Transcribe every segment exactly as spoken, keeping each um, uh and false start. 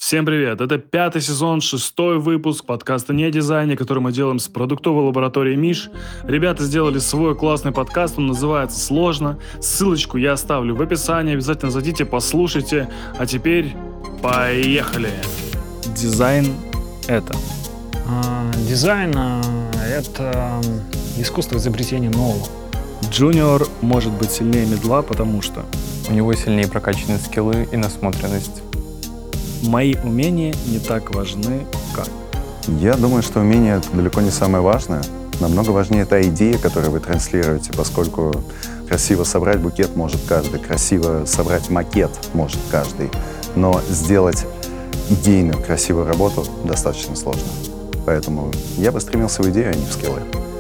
Всем привет! Это пятый сезон, шестой выпуск подкаста «Не о дизайне», который мы делаем с продуктовой лабораторией Миш. Ребята сделали свой классный подкаст, он называется «Сложно». Ссылочку я оставлю в описании, обязательно зайдите, послушайте. А теперь поехали! Дизайн — это? А, Дизайн а, — это искусство изобретения нового. Джуниор может быть сильнее медла, потому что... У него сильнее прокачанные скиллы и насмотренность. Мои умения не так важны, как... Я думаю, что умение — это далеко не самое важное. Намного важнее та идея, которую вы транслируете, поскольку красиво собрать букет может каждый, красиво собрать макет может каждый, но сделать идейную, красивую работу достаточно сложно. Поэтому я бы стремился в идею, а не в скиллы.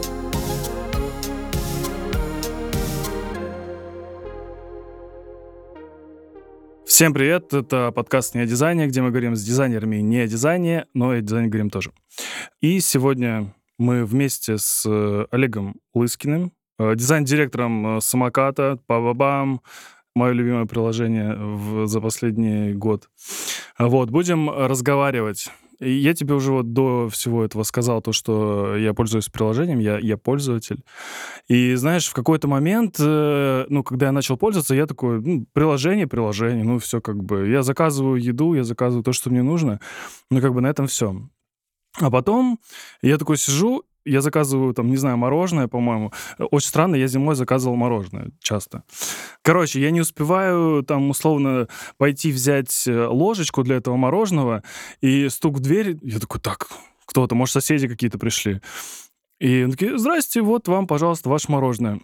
Всем привет, это подкаст «Не о дизайне», где мы говорим с дизайнерами не о дизайне, но и о дизайне говорим тоже. И сегодня мы вместе с Олегом Лыскиным, дизайн-директором самоката, па-ба-бам, мое любимое приложение в, за последний год. Вот, будем разговаривать. И я тебе уже вот до всего этого сказал то, что я пользуюсь приложением, я, я пользователь. И знаешь, в какой-то момент, э, ну, когда я начал пользоваться, я такой, ну, приложение, приложение, ну, все как бы. Я заказываю еду, я заказываю то, что мне нужно, ну, как бы на этом все. А потом я такой сижу, я заказываю, там, не знаю, мороженое, по-моему. Очень странно, я зимой заказывал мороженое часто. Короче, я не успеваю, там, условно, пойти взять ложечку для этого мороженого, и стук в дверь, я такой, так, кто-то, может, соседи какие-то пришли. И они такие, здрасте, вот вам, пожалуйста, ваше мороженое.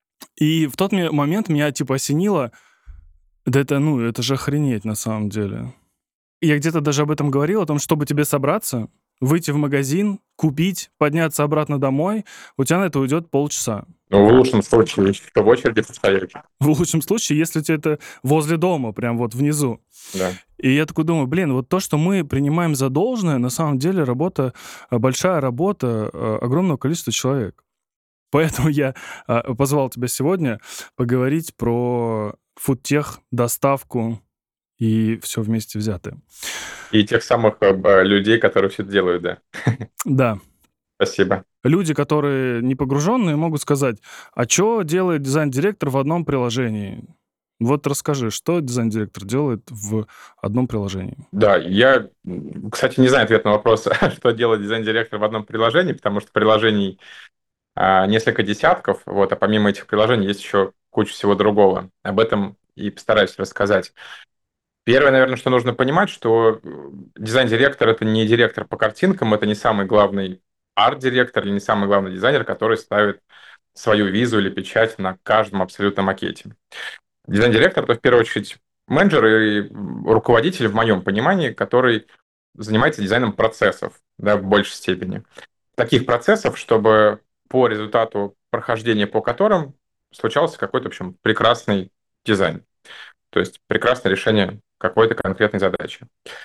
И в тот момент меня, типа, осенило, да это, ну, это же охренеть на самом деле. И я где-то даже об этом говорил, о том, чтобы тебе собраться, выйти в магазин, купить, подняться обратно домой, у тебя на это уйдет полчаса. Ну, в лучшем случае, еще в очереди постоять. В лучшем случае, если у тебя это возле дома, прям вот внизу. Да. И я такой думаю, блин, вот то, что мы принимаем за должное, на самом деле работа, большая работа огромного количества человек. Поэтому я позвал тебя сегодня поговорить про фудтех, доставку и все вместе взятое. И тех самых э, людей, которые все это делают, да. Да. Спасибо. Люди, которые не погруженные, могут сказать, а что делает дизайн-директор в одном приложении? Вот расскажи, что дизайн-директор делает в одном приложении? Да, я, кстати, не знаю ответ на вопрос, что делает дизайн-директор в одном приложении, потому что приложений а, несколько десятков, вот, а помимо этих приложений есть еще куча всего другого. Об этом и постараюсь рассказать. Первое, наверное, что нужно понимать, что дизайн-директор — это не директор по картинкам, это не самый главный арт-директор или не самый главный дизайнер, который ставит свою визу или печать на каждом абсолютно макете. Дизайн-директор — это в первую очередь менеджер и руководитель, в моем понимании, который занимается дизайном процессов, да, в большей степени. Таких процессов, чтобы по результату прохождения по которым случался какой-то, в общем, прекрасный дизайн. То есть прекрасное решение какой-то конкретной задачи.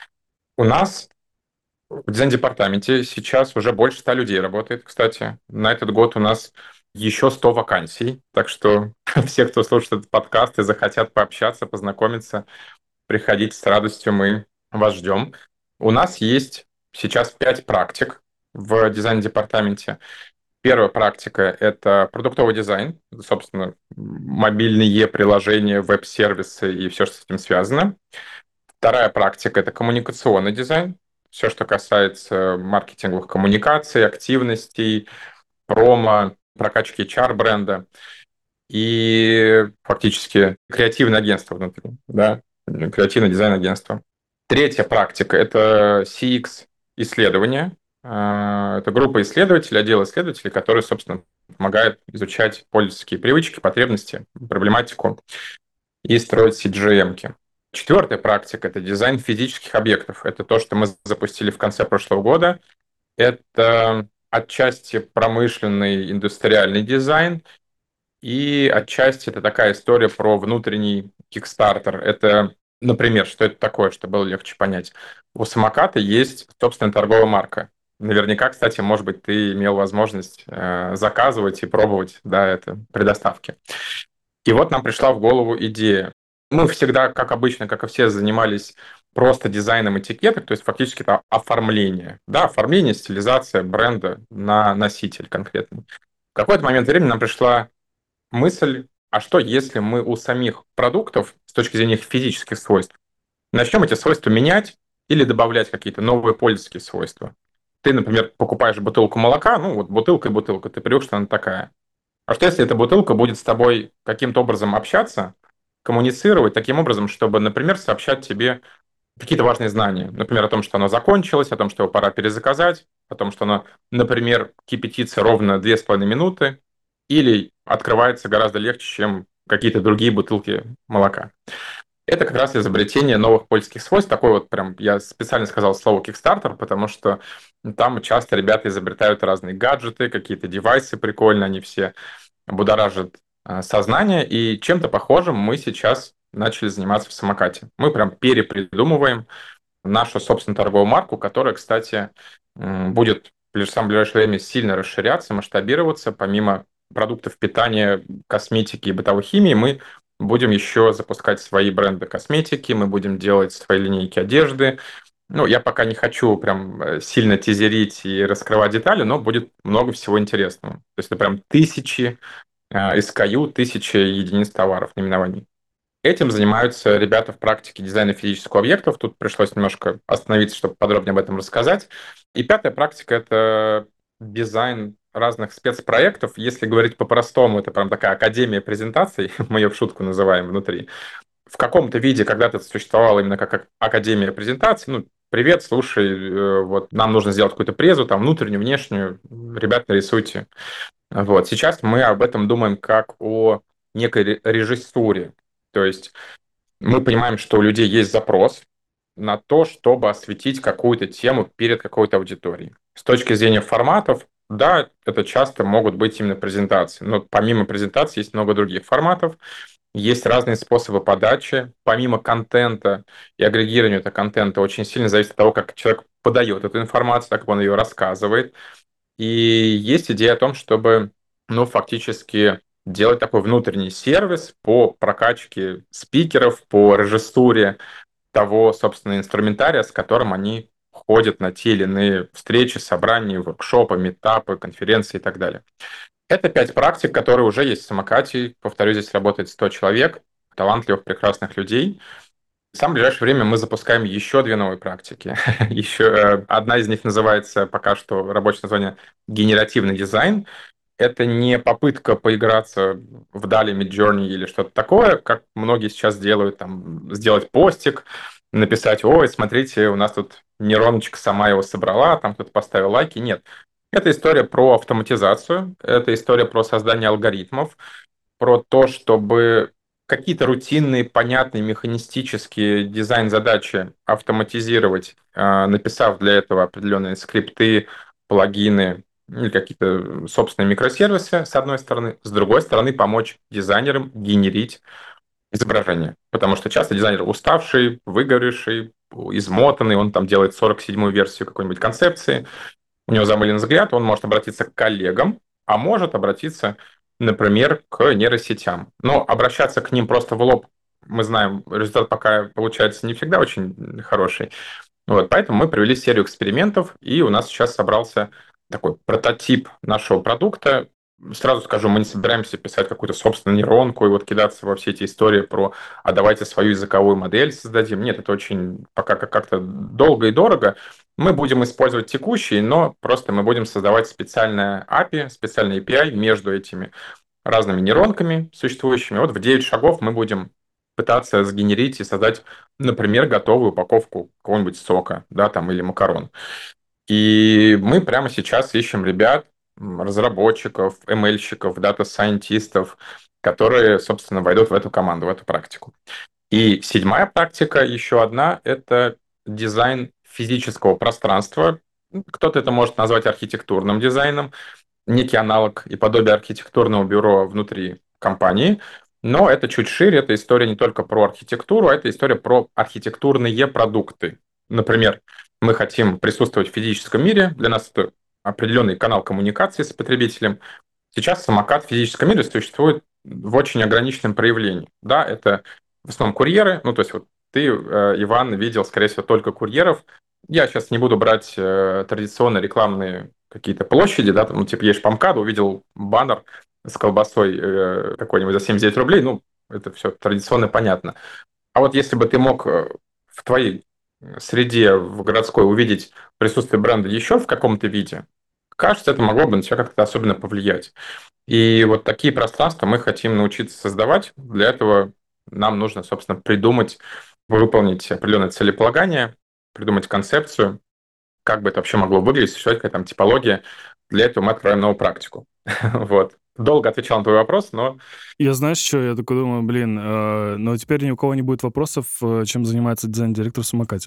У нас в дизайн-департаменте сейчас уже больше ста людей работает, кстати. На этот год у нас еще сто вакансий. Так что все, кто слушает этот подкаст и захотят пообщаться, познакомиться, приходите с радостью, мы вас ждем. У нас есть сейчас пять практик в дизайн-департаменте. Первая практика — это продуктовый дизайн, собственно, мобильные приложения, веб-сервисы и все, что с этим связано. Вторая практика — это коммуникационный дизайн, все, что касается маркетинговых коммуникаций, активностей, промо, прокачки эйч ар-бренда и фактически креативное агентство внутри, да, креативное дизайн-агентство. Третья практика — это си экс-исследование. Это группа исследователей, отдел исследователей, которые, собственно, помогают изучать пользовательские привычки, потребности, проблематику и строить си джи эм-ки. Четвертая практика — это дизайн физических объектов. Это то, что мы запустили в конце прошлого года. Это отчасти промышленный индустриальный дизайн, и отчасти это такая история про внутренний Kickstarter. Это, например, что это такое, чтобы было легче понять. У самоката есть собственная торговая марка. Наверняка, кстати, может быть, ты имел возможность э, заказывать и пробовать, да, это при доставке. И вот нам пришла в голову идея. Мы всегда, как обычно, как и все, занимались просто дизайном этикеток, то есть фактически это оформление. Да, оформление, стилизация бренда на носитель конкретный. В какой-то момент времени нам пришла мысль, а что если мы у самих продуктов с точки зрения их физических свойств начнем эти свойства менять или добавлять какие-то новые пользовательские свойства? Ты, например, покупаешь бутылку молока, ну вот бутылка и бутылка, ты привык, что она такая. А что если эта бутылка будет с тобой каким-то образом общаться, коммуницировать таким образом, чтобы, например, сообщать тебе какие-то важные знания. Например, о том, что оно закончилось, о том, что его пора перезаказать, о том, что оно, например, кипятится ровно две с половиной минуты или открывается гораздо легче, чем какие-то другие бутылки молока. Это как раз изобретение новых польских свойств. Такой вот прям, я специально сказал слово Kickstarter, потому что там часто ребята изобретают разные гаджеты, какие-то девайсы прикольные, они все будоражат а, сознание. И чем-то похожим мы сейчас начали заниматься в самокате. Мы прям перепридумываем нашу собственную торговую марку, которая, кстати, м, будет в ближ- самое ближайшее время сильно расширяться, масштабироваться. Помимо продуктов питания, косметики и бытовой химии, мы будем еще запускать свои бренды косметики, мы будем делать свои линейки одежды. Ну, я пока не хочу прям э, сильно тизерить и раскрывать детали, но будет много всего интересного. То есть это прям тысячи э, эс кей ю, тысячи единиц товаров, наименований. Этим занимаются ребята в практике дизайна физических объектов. Тут пришлось немножко остановиться, чтобы подробнее об этом рассказать. И пятая практика– это дизайн разных спецпроектов. Если говорить по-простому, это прям такая академия презентаций, мы ее в шутку называем внутри. В каком-то виде когда-то это существовало именно как академия презентаций. Ну, привет, слушай, э, вот нам нужно сделать какую-то презу, там, внутреннюю, внешнюю, ребят, нарисуйте. Вот. Сейчас мы об этом думаем как о некой ре- режиссуре. То есть мы понимаем, что у людей есть запрос на то, чтобы осветить какую-то тему перед какой-то аудиторией. С точки зрения форматов, да, это часто могут быть именно презентации, но помимо презентации есть много других форматов, есть разные способы подачи, помимо контента и агрегирования этого контента очень сильно зависит от того, как человек подает эту информацию, как он ее рассказывает. И есть идея о том, чтобы, ну, фактически делать такой внутренний сервис по прокачке спикеров, по режиссуре того, собственно, инструментария, с которым они ходят на те или иные встречи, собрания, воркшопы, метапы, конференции и так далее. Это пять практик, которые уже есть в самокате. Повторюсь, здесь работает сто человек, талантливых, прекрасных людей. В самое ближайшее время мы запускаем еще две новые практики. Еще э, одна из них называется пока что рабочее название генеративный дизайн. Это не попытка поиграться в Dali, Midjourney или что-то такое, как многие сейчас делают, там, сделать постик, написать, ой, смотрите, у нас тут нейроночка сама его собрала, там кто-то поставил лайки. Нет. Это история про автоматизацию, это история про создание алгоритмов, про то, чтобы какие-то рутинные, понятные, механистические дизайн-задачи автоматизировать, а, написав для этого определенные скрипты, плагины или какие-то собственные микросервисы, с одной стороны. С другой стороны, помочь дизайнерам генерить изображение. Потому что часто дизайнер уставший, выгоревший, измотанный, он там делает сорок седьмую версию какой-нибудь концепции, у него замылен взгляд, он может обратиться к коллегам, а может обратиться, например, к нейросетям. Но обращаться к ним просто в лоб, мы знаем, результат пока получается не всегда очень хороший. Вот, поэтому мы провели серию экспериментов, и у нас сейчас собрался такой прототип нашего продукта. Сразу скажу, мы не собираемся писать какую-то собственную нейронку и вот кидаться во все эти истории про «а давайте свою языковую модель создадим». Нет, это очень пока как- как-то долго и дорого. Мы будем использовать текущие, но просто мы будем создавать специальное эй пи ай, специальный эй пи ай между этими разными нейронками существующими. Вот в девять шагов мы будем пытаться сгенерить и создать, например, готовую упаковку какого-нибудь сока, да, там, или макарон. И мы прямо сейчас ищем ребят, м, разработчиков, эм эль-щиков, дата-сайентистов, которые, собственно, войдут в эту команду, в эту практику. И седьмая практика, еще одна, это дизайн физического пространства. Кто-то это может назвать архитектурным дизайном, некий аналог и подобие архитектурного бюро внутри компании, но это чуть шире, это история не только про архитектуру, а это история про архитектурные продукты. Например, мы хотим присутствовать в физическом мире, для нас это определенный канал коммуникации с потребителем. Сейчас самокат в физическом мире существует в очень ограниченном проявлении. Да, это в основном курьеры, ну, то есть вот ты, э, Иван, видел, скорее всего, только курьеров. Я сейчас не буду брать э, традиционные рекламные какие-то площади, да, там, ну, типа, едешь по МКАДу, увидел баннер с колбасой э, какой-нибудь за семьдесят девять рублей, ну, это все традиционно понятно. А вот если бы ты мог э, в твоей среде, в городской, увидеть присутствие бренда еще в каком-то виде, кажется, это могло бы на тебя как-то особенно повлиять. И вот такие пространства мы хотим научиться создавать. Для этого нам нужно, собственно, придумать, выполнить определенное целеполагание, придумать концепцию, как бы это вообще могло выглядеть, существовать какая там типология. Для этого мы откроем новую практику. Вот. Долго отвечал на твой вопрос, но... Я знаешь, что? Я такой думаю, блин, э, но теперь ни у кого не будет вопросов, э, чем занимается дизайн-директор в самокате.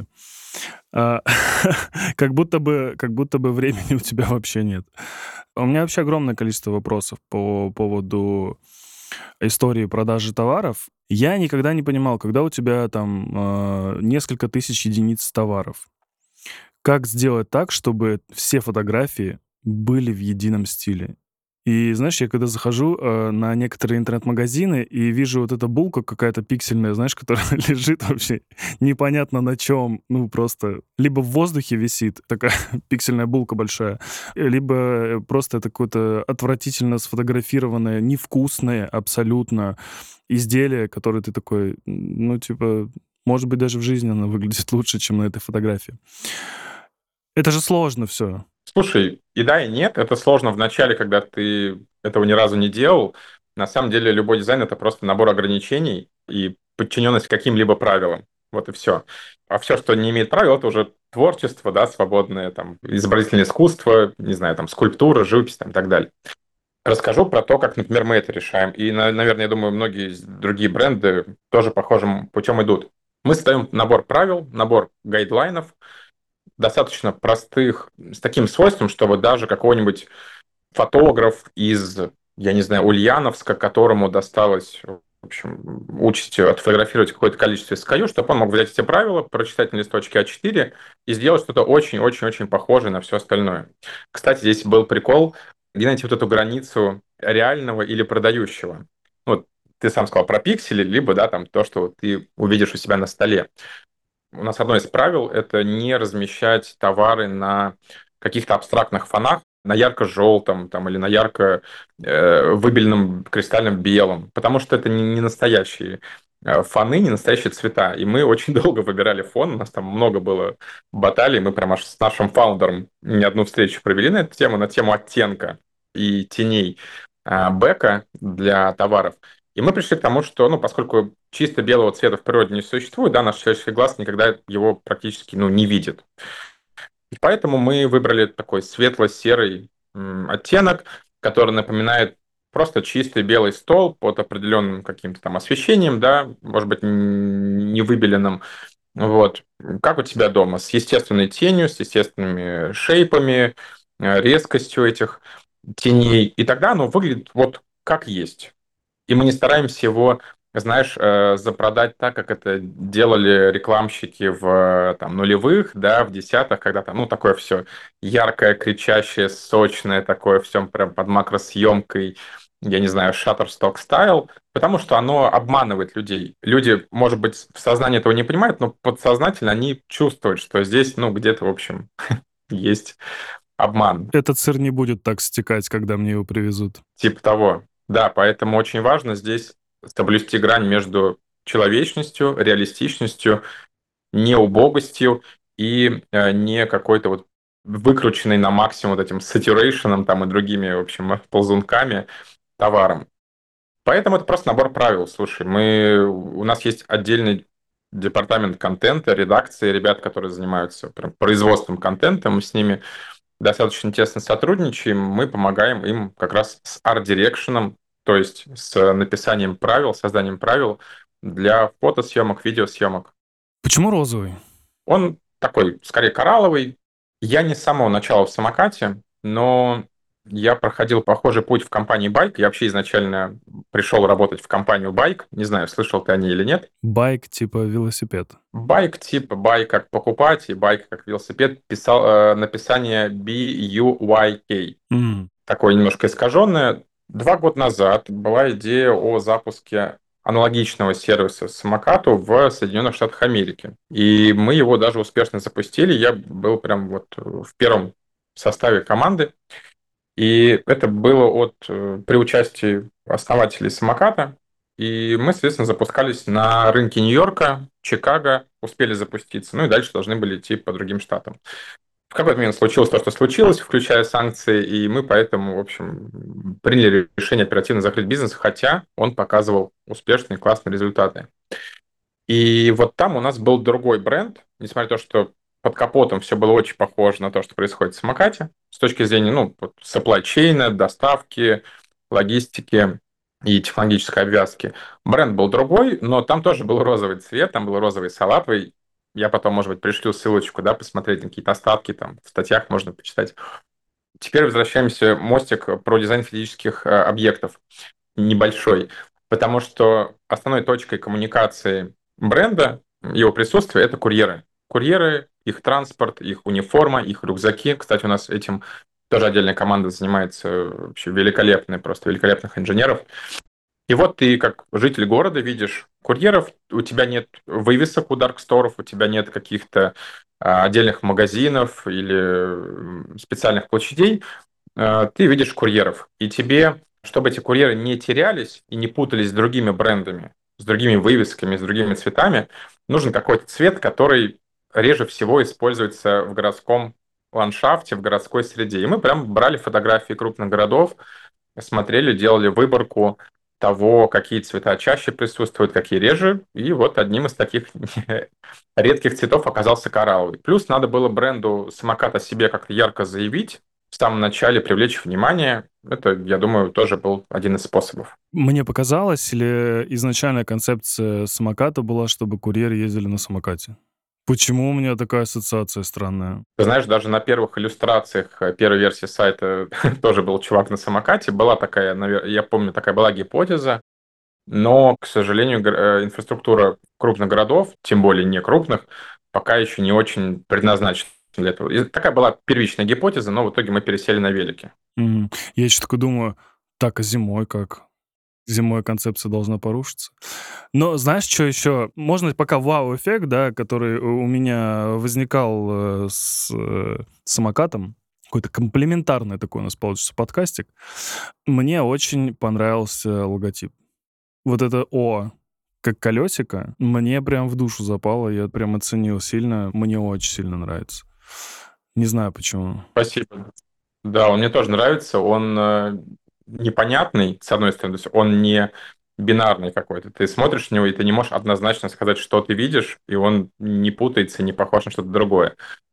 А, Как будто бы, как будто бы времени у тебя вообще нет. У меня вообще огромное количество вопросов по поводу истории продажи товаров. Я никогда не понимал, когда у тебя там э, несколько тысяч единиц товаров, как сделать так, чтобы все фотографии были в едином стиле. И знаешь, я когда захожу э, на некоторые интернет-магазины и вижу вот эта булка какая-то пиксельная, знаешь, которая лежит вообще непонятно на чем, ну просто либо в воздухе висит такая пиксельная булка большая, либо э, просто это какое-то отвратительно сфотографированное, невкусное абсолютно изделие, которое ты такой, ну типа, может быть, даже в жизни оно выглядит лучше, чем на этой фотографии. Это же сложно все. Слушай, и да, и нет. Это сложно в начале, когда ты этого ни разу не делал. На самом деле любой дизайн — это просто набор ограничений и подчиненность каким-либо правилам. Вот и все. А все, что не имеет правил, это уже творчество, да, свободное, там, изобразительное искусство, не знаю, там, скульптура, живопись, там, и так далее. Расскажу про то, как, например, мы это решаем. И, на- наверное, я думаю, многие другие бренды тоже похожим путем идут. Мы создаем набор правил, набор гайдлайнов, достаточно простых, с таким свойством, чтобы даже какой-нибудь фотограф из, я не знаю, Ульяновска, которому досталось, в общем, участь отфотографировать какое-то количество эс ка ю, чтобы он мог взять эти правила, прочитать на листочке а четыре и сделать что-то очень-очень-очень похожее на все остальное. Кстати, здесь был прикол, где найти вот эту границу реального или продающего. Вот ты сам сказал про пиксели, либо, да, там то, что ты увидишь у себя на столе. У нас одно из правил — это не размещать товары на каких-то абстрактных фонах, на ярко-желтом там, или на ярко э, выбеленном кристальном белом, потому что это не, не настоящие э, фоны, не настоящие цвета. И мы очень долго выбирали фон, у нас там много было баталий, мы прямо аж с нашим фаундером не одну встречу провели на эту тему, на тему оттенка и теней э, бэка для товаров. И мы пришли к тому, что, ну, поскольку чисто белого цвета в природе не существует, да, наш человеческий глаз никогда его практически, ну, не видит. И поэтому мы выбрали такой светло-серый м, оттенок, который напоминает просто чистый белый стол под определенным каким-то там освещением, да, может быть, н- не выбеленным. Вот. Как у тебя дома? С естественной тенью, с естественными шейпами, э, резкостью этих теней. И тогда оно выглядит вот как есть. И мы не стараемся его, знаешь, э, запродать так, как это делали рекламщики в там, нулевых, да, в десятых, когда там, ну, такое все яркое, кричащее, сочное, такое все прям под макросъемкой, я не знаю, Shutterstock стайл, потому что оно обманывает людей. Люди, может быть, в сознании этого не понимают, но подсознательно они чувствуют, что здесь, ну, где-то, в общем, есть обман. Этот сыр не будет так стекать, когда мне его привезут. Типа того. Да, поэтому очень важно здесь соблюсти грань между человечностью, реалистичностью, неубогостью и э, не какой-то вот выкрученный на максимум вот этим сатюрейшеном там и другими, в общем, ползунками товаром. Поэтому это просто набор правил. Слушай, мы, у нас есть отдельный департамент контента, редакции, ребят, которые занимаются прям производством контента, мы с ними достаточно тесно сотрудничаем, мы помогаем им как раз с арт-дирекшеном, то есть с написанием правил, созданием правил для фотосъемок, видеосъемок. Почему розовый? Он такой, скорее, коралловый. Я не с самого начала в самокате, но я проходил похожий путь в компании Bike. Я вообще изначально пришел работать в компанию Bike. Не знаю, слышал ты о ней или нет. Байк типа велосипед. Байк типа байк как покупать и байк как велосипед, писал э, написание би ю уай кей. М. Такое немножко искаженное. Два года назад была идея о запуске аналогичного сервиса самокату в Соединенных Штатах Америки. И мы его даже успешно запустили. Я был прям вот в первом составе команды. И это было от, э, при участии основателей самоката. И мы, соответственно, запускались на рынке Нью-Йорка, Чикаго, успели запуститься. Ну и дальше должны были идти по другим штатам. В какой-то момент случилось то, что случилось, включая санкции, и мы поэтому, в общем, приняли решение оперативно закрыть бизнес, хотя он показывал успешные, классные результаты. И вот там у нас был другой бренд, несмотря на то, что под капотом все было очень похоже на то, что происходит в самокате, с точки зрения, ну, вот supply chain, доставки, логистики и технологической обвязки. Бренд был другой, но там тоже был розовый цвет, там был розовый салатовый. Я потом, может быть, пришлю ссылочку, да, посмотреть на какие-то остатки, там в статьях можно почитать. Теперь возвращаемся, мостик про дизайн физических э, объектов, небольшой, потому что основной точкой коммуникации бренда, его присутствия — это курьеры. Курьеры, их транспорт, их униформа, их рюкзаки. Кстати, у нас этим тоже отдельная команда занимается, вообще великолепной, просто великолепных инженеров. И вот ты, как житель города, видишь курьеров, у тебя нет вывесок у дарксторов, у тебя нет каких-то а, отдельных магазинов или специальных площадей, а, ты видишь курьеров. И тебе, чтобы эти курьеры не терялись и не путались с другими брендами, с другими вывесками, с другими цветами, нужен какой-то цвет, который реже всего используется в городском ландшафте, в городской среде. И мы прям брали фотографии крупных городов, смотрели, делали выборку того, какие цвета чаще присутствуют, какие реже. И вот одним из таких редких цветов оказался коралловый. Плюс надо было бренду самоката себе как-то ярко заявить, в самом начале привлечь внимание. Это, я думаю, тоже был один из способов. Мне показалось, или изначальная концепция самоката была, чтобы курьеры ездили на самокате? Почему у меня такая ассоциация странная? Ты знаешь, даже на первых иллюстрациях первой версии сайта тоже был чувак на самокате. Была такая, навер- я помню, такая была гипотеза, но, к сожалению, гр- э, инфраструктура крупных городов, тем более не крупных, пока еще не очень предназначена для этого. И такая была первичная гипотеза, но в итоге мы пересели на велики. Мгм. Я еще такой думаю, так, а зимой как? Зимой концепция должна порушиться. Но знаешь, что еще? Можно пока вау-эффект, да, который у меня возникал э, с э, самокатом, какой-то комплементарный такой у нас получится подкастик. Мне очень понравился логотип. Вот это «О», как колесико, мне прям в душу запало, я прям оценил сильно, мне очень сильно нравится. Не знаю почему. Спасибо. Да, он мне тоже нравится. Он э, непонятный, с одной стороны, то есть он не бинарный какой-то. Ты смотришь на него, и ты не можешь однозначно сказать, что ты видишь, и он не путается, не похож на что-то другое.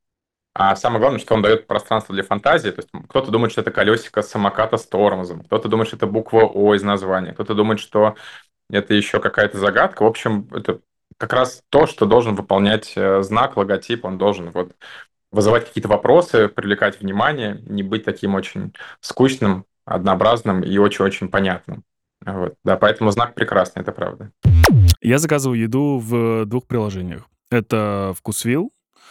А самое главное, что он дает пространство для фантазии. То есть кто-то думает, что это колесико самоката с тормозом, кто-то думает, что это буква О из названия, кто-то думает, что это еще какая-то загадка. В общем, это как раз то, что должен выполнять э, знак, логотип. Он должен вот вызывать какие-то вопросы, привлекать внимание, не быть таким очень скучным, однообразным и очень-очень понятным. Вот. Да, поэтому знак прекрасный, это правда. Я заказываю еду в двух приложениях. Это Вкусвилл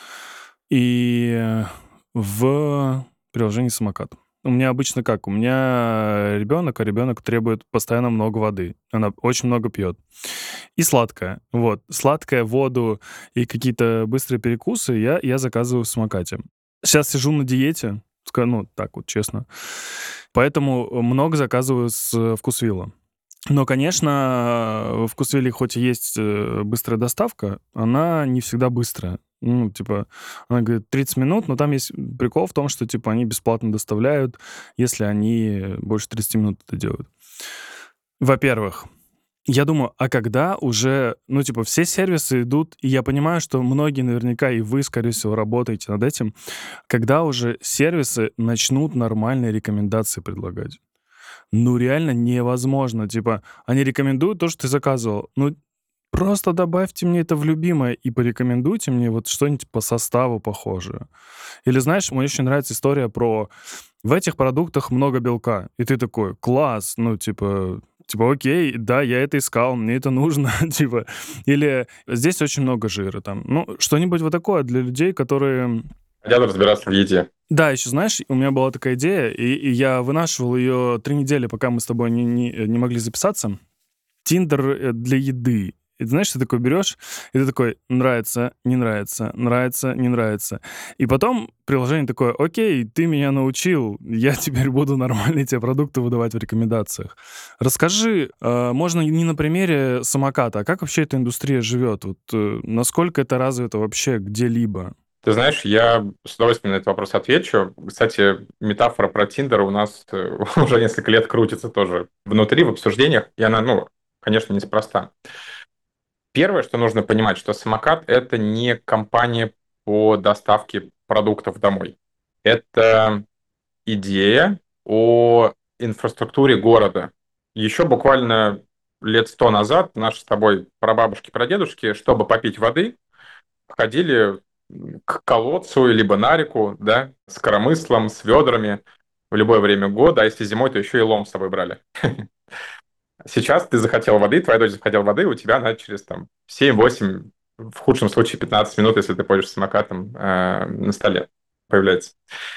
и в приложении Самокат. У меня обычно как? У меня ребенок, а ребенок требует постоянно много воды. Она очень много пьет. И сладкое. Вот. Сладкое, воду и какие-то быстрые перекусы я, я заказываю в Самокате. Сейчас сижу на диете, ска- ну, так вот, честно. Поэтому много заказываю с Вкусвилла. Но, конечно, в Вкусвилле хоть и есть э, быстрая доставка, она не всегда быстрая. Ну, типа, она говорит тридцать минут, но там есть прикол в том, что, типа, они бесплатно доставляют, если они больше тридцать минут это делают. Во-первых, я думаю, а когда уже, ну, типа, все сервисы идут, и я понимаю, что многие наверняка, и вы, скорее всего, работаете над этим, когда уже сервисы начнут нормальные рекомендации предлагать. Ну, реально невозможно. Типа, они рекомендуют то, что ты заказывал. Ну, просто добавьте мне это в любимое и порекомендуйте мне вот что-нибудь по составу похожее. Или, знаешь, мне очень нравится история про в этих продуктах много белка. И ты такой, класс, ну, типа, типа, окей, да, я это искал, мне это нужно, типа. Или здесь очень много жира там. Ну, что-нибудь вот такое для людей, которые... Хотят разбираться в еде. Да, еще, знаешь, у меня была такая идея, и, и я вынашивал ее три недели, пока мы с тобой не, не, не могли записаться. Тиндер для еды. И ты знаешь, ты такой берешь, и ты такой, нравится, не нравится, нравится, не нравится. И потом приложение такое, окей, ты меня научил, я теперь буду нормальные тебе продукты выдавать в рекомендациях. Расскажи, э, можно не на примере самоката, а как вообще эта индустрия живет? Вот, э, насколько это развито вообще где-либо? Ты знаешь, я с удовольствием на этот вопрос отвечу. Кстати, метафора про Тиндер у нас э, уже несколько лет крутится тоже внутри, в обсуждениях, и она, ну, конечно, неспроста. Первое, что нужно понимать, что самокат– это не компания по доставке продуктов домой. Это идея о инфраструктуре города. Еще буквально лет сто назад наши с тобой прабабушки, прадедушки, чтобы попить воды, ходили к колодцу, либо на реку, да, с коромыслом, с ведрами в любое время года, а если зимой, то еще и лом с собой брали. Сейчас ты захотел воды, твоя дочь захотела воды, у тебя она через там семь-восемь, в худшем случае пятнадцать минут, если ты пользуешься самокатом, э, на столе появляется.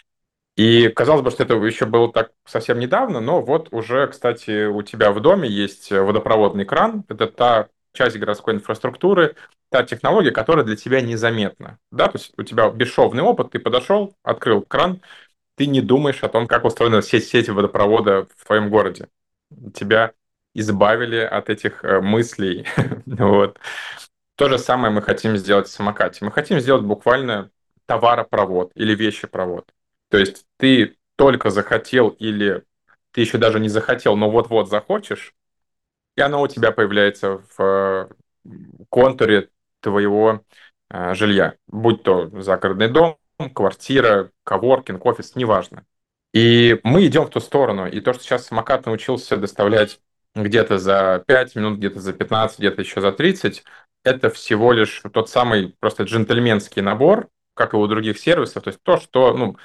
И казалось бы, что это еще было так совсем недавно, но вот уже, кстати, у тебя в доме есть водопроводный кран. Это та часть городской инфраструктуры, та технология, которая для тебя незаметна. Да, то есть у тебя бесшовный опыт, ты подошел, открыл кран, ты не думаешь о том, как устроена сеть, сеть водопровода в твоем городе. Тебя избавили от этих э, мыслей. Вот. То же самое мы хотим сделать в самокате. Мы хотим сделать буквально товаропровод или вещепровод. То есть ты только захотел или ты еще даже не захотел, но вот-вот захочешь, и оно у тебя появляется в э, контуре твоего э, жилья. Будь то загородный дом, квартира, коворкинг, офис, неважно. И мы идем в ту сторону. И то, что сейчас самокат научился доставлять где-то за пять минут, где-то за пятнадцать, где-то еще за тридцать, это всего лишь тот самый просто джентльменский набор, как и у других сервисов. То есть то, что ну,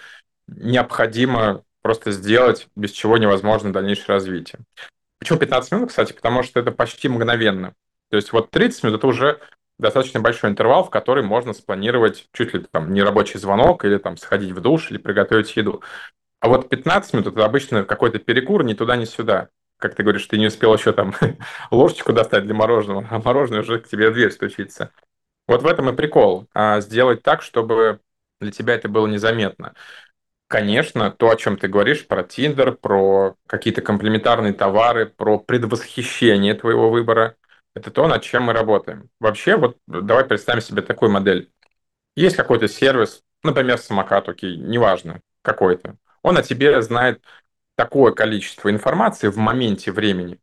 необходимо просто сделать, без чего невозможно дальнейшее развитие. Почему пятнадцать минут, кстати? Потому что это почти мгновенно. То есть вот тридцать минут – это уже достаточно большой интервал, в который можно спланировать чуть ли там не рабочий звонок, или там сходить в душ, или приготовить еду. А вот пятнадцать минут – это обычно какой-то перекур ни туда, ни сюда. Как ты говоришь, ты не успел еще там ложечку достать для мороженого, а мороженое уже к тебе в дверь стучится. Вот в этом и прикол. А сделать так, чтобы для тебя это было незаметно. Конечно, то, о чем ты говоришь, про Tinder, про какие-то комплементарные товары, про предвосхищение твоего выбора, это то, над чем мы работаем. Вообще, вот давай представим себе такую модель. Есть какой-то сервис, например, самокат, окей, неважно, какой-то. Он о тебе знает такое количество информации в моменте времени,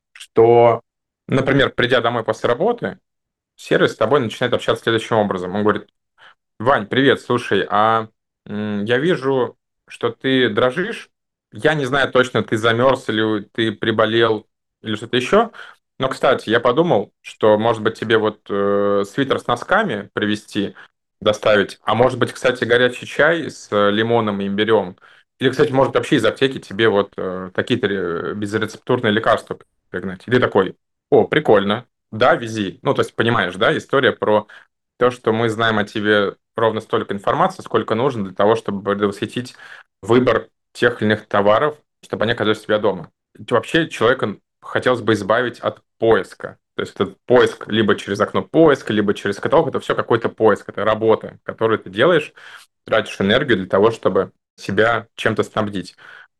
что, например, придя домой после работы, сервис с тобой начинает общаться следующим образом. Он говорит: Вань, привет, слушай, а м, я вижу, что ты дрожишь. Я не знаю точно, ты замерз или ты приболел или что-то еще. Но, кстати, я подумал, что, может быть, тебе вот э, свитер с носками привезти, доставить, а может быть, кстати, горячий чай с э, лимоном и имбирем. Или, кстати, может, вообще из аптеки тебе вот э, какие-то ре- безрецептурные лекарства пригнать. И ты такой: о, прикольно, да, вези. Ну, то есть, понимаешь, да, история про то, что мы знаем о тебе ровно столько информации, сколько нужно для того, чтобы предвосхитить выбор тех или иных товаров, чтобы они оказались у тебя дома. И вообще человека хотелось бы избавить от поиска. То есть этот поиск либо через окно поиска, либо через каталог, это все какой-то поиск, это работа, которую ты делаешь, тратишь энергию для того, чтобы себя чем-то снабдить.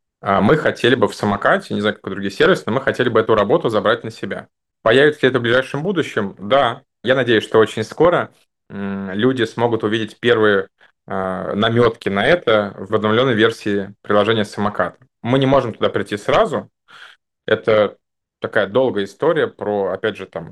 А мы хотели бы в самокате, не знаю, как и другие сервисы, но мы хотели бы эту работу забрать на себя. Появится ли это в ближайшем будущем? Да. Я надеюсь, что очень скоро м, люди смогут увидеть первые э, наметки на это в обновленной версии приложения самокат. Мы не можем туда прийти сразу. Это такая долгая история про, опять же, там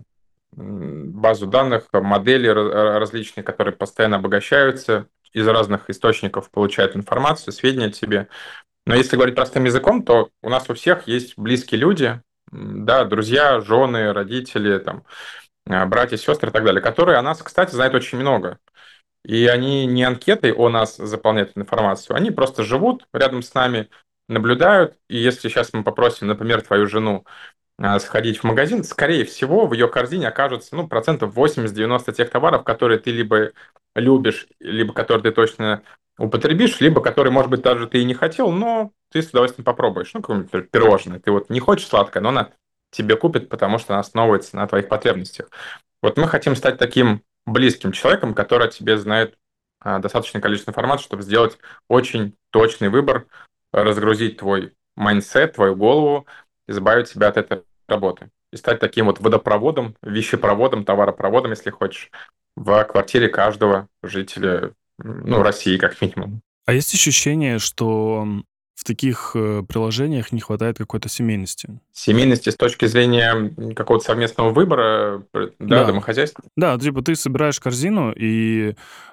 м, базу данных, модели ра- различные, которые постоянно обогащаются, из разных источников получают информацию, сведения о тебе. Но если говорить простым языком, то у нас у всех есть близкие люди, м, да, друзья, жены, родители, там, а, братья, сестры и так далее, которые о нас, кстати, знают очень много. И они не анкетой о нас заполняют информацию, они просто живут рядом с нами, наблюдают. И если сейчас мы попросим, например, твою жену а, сходить в магазин, скорее всего, в ее корзине окажется ну, процентов восемьдесят-девяносто тех товаров, которые ты либо любишь, либо которые ты точно употребишь, либо которые, может быть, даже ты и не хотел, но ты с удовольствием попробуешь. Ну, какое-нибудь пирожное. Ты вот не хочешь сладкое, но она тебе купит, потому что она основывается на твоих потребностях. Вот мы хотим стать таким близким человеком, который о тебе знает а, достаточное количество информации, чтобы сделать очень точный выбор, разгрузить твой майндсет, твою голову, избавить себя от этой работы. И стать таким вот водопроводом, вещепроводом, товаропроводом, если хочешь, в квартире каждого жителя, ну, России как минимум. А есть ощущение, что м, в таких э, приложениях не хватает какой-то семейности? Семейности с точки зрения м, какого-то совместного выбора, э, да, Да. домохозяйства. Да, типа ты собираешь корзину, и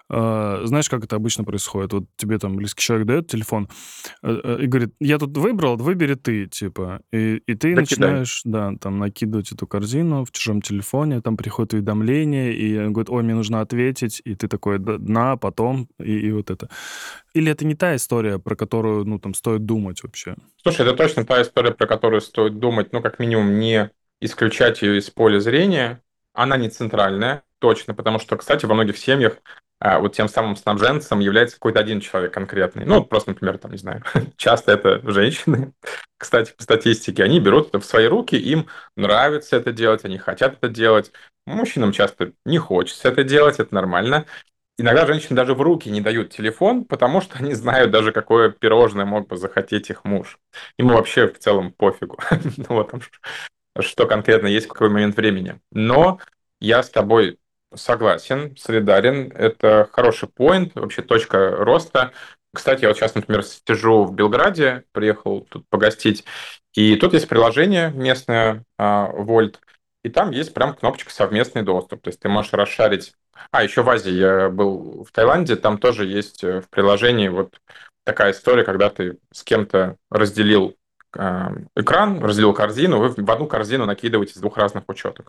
э, знаешь, как это обычно происходит? Вот тебе там близкий человек дает телефон э, э, и говорит, я тут выбрал, выбери ты, типа. И, и ты Докидай. начинаешь, да, там накидывать эту корзину в чужом телефоне, там приходит уведомление, и он говорит, ой, мне нужно ответить, и ты такой, «Да, на, потом, и, и вот это. Или это не та история, про которую, ну, там, стоит думать вообще? Слушай, это точно та история, про которую стоит думать, ну, как минимум, не исключать ее из поля зрения. Она не центральная, точно, потому что, кстати, во многих семьях а, вот тем самым снабженцем является какой-то один человек конкретный. Ну, вот просто, например, там, не знаю, часто это женщины, кстати, по статистике, они берут это в свои руки, им нравится это делать, они хотят это делать. Мужчинам часто не хочется это делать, это нормально. Иногда женщины даже в руки не дают телефон, потому что они знают даже, какое пирожное мог бы захотеть их муж. Ему вообще в целом пофигу, ну, вот там, что конкретно есть в какой момент времени. Но я с тобой согласен, солидарен. Это хороший поинт, вообще точка роста. Кстати, я вот сейчас, например, сижу в Белграде, приехал тут погостить, и тут есть приложение местное, а, Вольт, и там есть прям кнопочка «Совместный доступ». То есть ты можешь расшарить. А, еще в Азии я был в Таиланде, там тоже есть э, в приложении вот такая история, когда ты с кем-то разделил э, экран, разделил корзину, вы в одну корзину накидываете с двух разных учеток.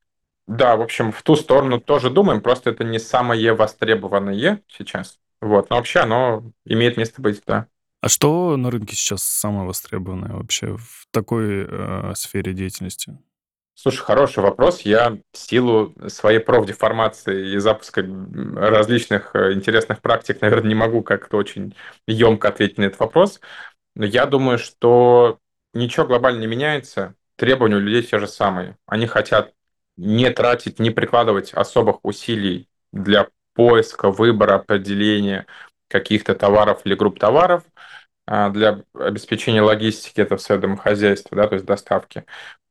Да, в общем, в ту сторону тоже думаем, просто это не самое востребованное сейчас. Вот, но вообще оно имеет место быть, да. А что на рынке сейчас самое востребованное вообще в такой э, сфере деятельности? Слушай, хороший вопрос. Я в силу своей профдеформации и запуска м, различных э, интересных практик, наверное, не могу как-то очень емко ответить на этот вопрос. Но я думаю, что ничего глобально не меняется. Требования у людей те же самые. Они хотят не тратить, не прикладывать особых усилий для поиска, выбора, определения каких-то товаров или групп товаров, а, для обеспечения логистики этого своего домохозяйства, да, то есть доставки.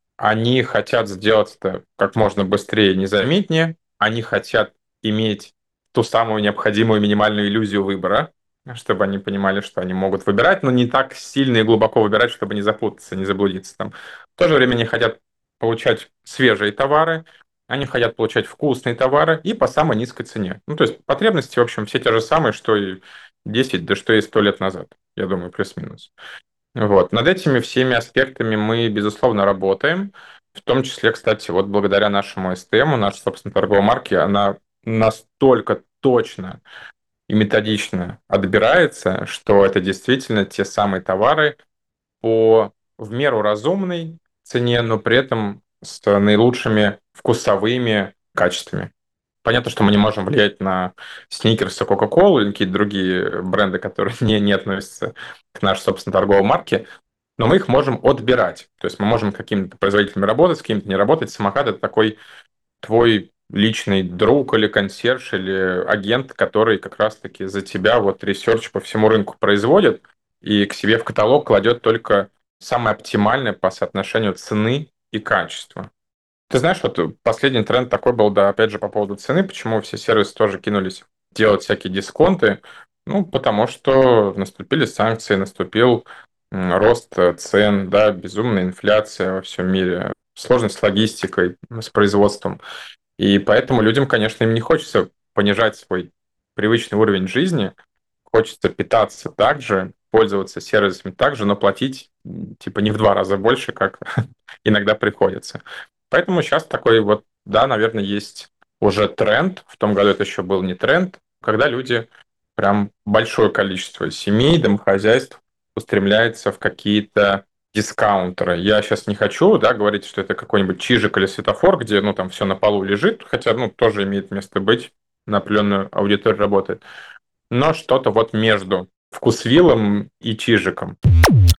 Они хотят сделать это как можно быстрее и незаметнее. Они хотят иметь ту самую необходимую минимальную иллюзию выбора, чтобы они понимали, что они могут выбирать, но не так сильно и глубоко выбирать, чтобы не запутаться, не заблудиться там. В то же время они хотят получать свежие товары, они хотят получать вкусные товары и по самой низкой цене. Ну, то есть потребности, в общем, все те же самые, что и десять, да что и сто лет назад, я думаю, плюс-минус. Вот. Над этими всеми аспектами мы, безусловно, работаем. В том числе, кстати, вот благодаря нашему эс тэ эм, нашей, собственно, торговой марке, она настолько точно и методично отбирается, что это действительно те самые товары по в меру разумной цене, но при этом с наилучшими вкусовыми качествами. Понятно, что мы не можем влиять на Сникерс и Кока-Колу или какие-то другие бренды, которые не, не относятся к нашей, собственно, торговой марке, но мы их можем отбирать. То есть мы можем с какими-то производителями работать, с какими-то не работать. Самокат — это такой твой личный друг или консьерж, или агент, который как раз-таки за тебя вот ресерч по всему рынку производит и к себе в каталог кладет только самое оптимальное по соотношению цены и качества. Ты знаешь, вот последний тренд такой был, да, опять же, по поводу цены, почему все сервисы тоже кинулись делать всякие дисконты, ну, потому что наступили санкции, наступил м, рост э, цен, да, безумная инфляция во всем мире, сложность с логистикой, м, с производством. И поэтому людям, конечно, им не хочется понижать свой привычный уровень жизни, хочется питаться так же, пользоваться сервисами так же, но платить м, типа не в два раза больше, как иногда приходится. Поэтому сейчас такой вот, да, наверное, есть уже тренд. В том году это еще был не тренд, когда люди, прям большое количество семей, домохозяйств устремляется в какие-то дискаунтеры. Я сейчас не хочу, да, говорить, что это какой-нибудь чижик или светофор, где, ну, там все на полу лежит, хотя, ну, тоже имеет место быть, на определенную аудиторию работает. Но что-то вот между вкусвиллом и чижиком.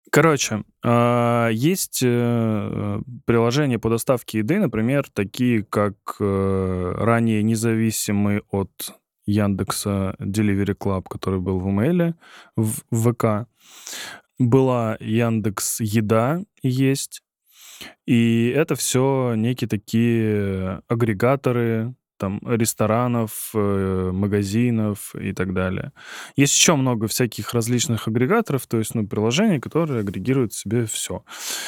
Короче, а, есть э, приложения по доставке еды, например, такие как э, ранее независимый от Яндекса Delivery Club, который был в имейле, в ВК. Была Яндекс Еда, есть. И это все некие такие агрегаторы там ресторанов, э, магазинов и так далее. Есть еще много всяких различных агрегаторов, то есть ну, приложений, которые агрегируют в себе все.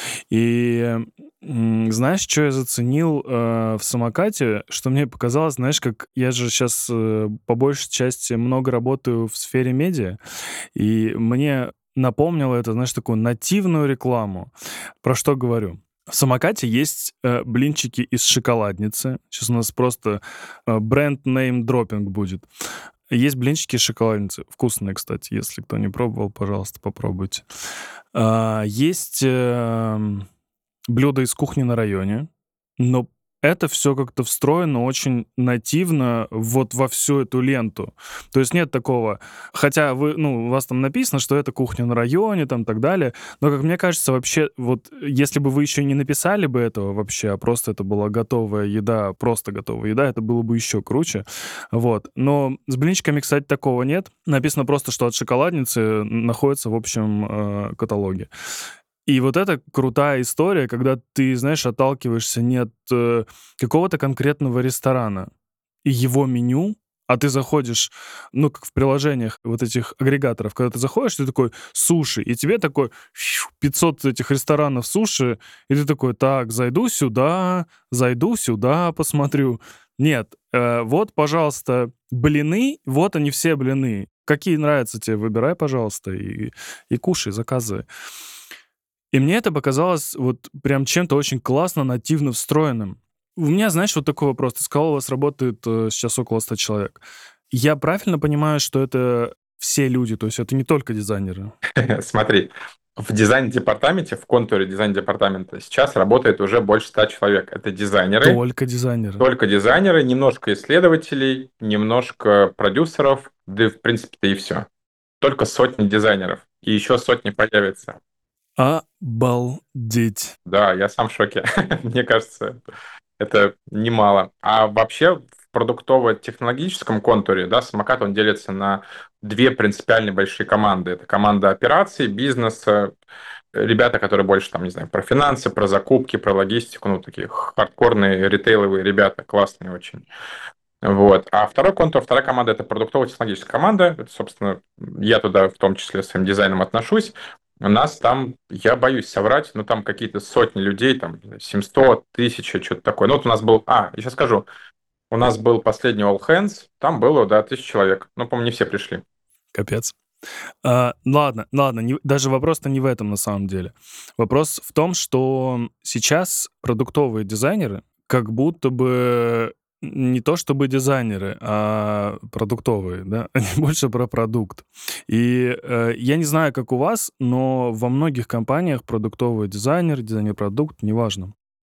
И м, знаешь, что я заценил э, в самокате, что мне показалось, знаешь, как я же сейчас э, по большей части много работаю в сфере медиа, и мне напомнило это, знаешь, такую нативную рекламу. Про что говорю? В самокате есть э, блинчики из шоколадницы. Сейчас у нас просто э, бренд-нейм-дроппинг будет. Есть блинчики из шоколадницы. Вкусные, кстати. Если кто не пробовал, пожалуйста, попробуйте. А, есть э, блюда из кухни на районе, но это все как-то встроено очень нативно вот во всю эту ленту. То есть нет такого, хотя вы, ну, у вас там написано, что это кухня на районе, там, так далее, но, как мне кажется, вообще, вот если бы вы еще не написали бы этого вообще, а просто это была готовая еда, просто готовая еда, это было бы еще круче, вот. Но с блинчиками, кстати, такого нет. Написано просто, что от шоколадницы находится в общем э, каталоге. И вот это крутая история, когда ты, знаешь, отталкиваешься не от э, какого-то конкретного ресторана и его меню, а ты заходишь, ну, как в приложениях вот этих агрегаторов, когда ты заходишь, ты такой суши, и тебе такой фью, пятьсот этих ресторанов суши, и ты такой, так, зайду сюда, зайду сюда, посмотрю. Нет, э, вот, пожалуйста, блины, вот они все блины. Какие нравятся тебе, выбирай, пожалуйста, и, и кушай, заказывай. И мне это показалось вот прям чем-то очень классно, нативно встроенным. У меня, знаешь, вот такой вопрос. Ты сказал, у вас работает э, сейчас около ста человек. Я правильно понимаю, что это все люди, то есть это не только дизайнеры? Смотри, в дизайн-департаменте, в контуре дизайн-департамента сейчас работает уже больше ста человек. Это дизайнеры, Только дизайнеры. только дизайнеры, немножко исследователей, немножко продюсеров, да и в принципе-то и все. Только сотни дизайнеров. И еще сотни появится. Обалдеть. Да, я сам в шоке. Мне кажется, это немало. А вообще в продуктово-технологическом контуре, да, самокат, он делится на две принципиально большие команды. Это команда операций, бизнеса, ребята, которые больше, там, не знаю, про финансы, про закупки, про логистику, ну, такие хардкорные ритейловые ребята, классные очень. Вот. А второй контур, вторая команда — это продуктово-технологическая команда. Это, собственно, я туда в том числе своим дизайном отношусь. У нас там, я боюсь соврать, но там какие-то сотни людей, там семьсот, тысяча, что-то такое. Ну вот у нас был, а, я сейчас скажу, у нас был последний All Hands, там было, да, тысяча человек. Ну, по-моему, не все пришли. Капец. А, ладно, ладно, не, даже вопрос-то не в этом на самом деле. Вопрос в том, что сейчас продуктовые дизайнеры как будто бы не то чтобы дизайнеры, а продуктовые, да, они больше про продукт. И э, я не знаю, как у вас, но во многих компаниях продуктовый дизайнер, дизайнер-продукт, неважно,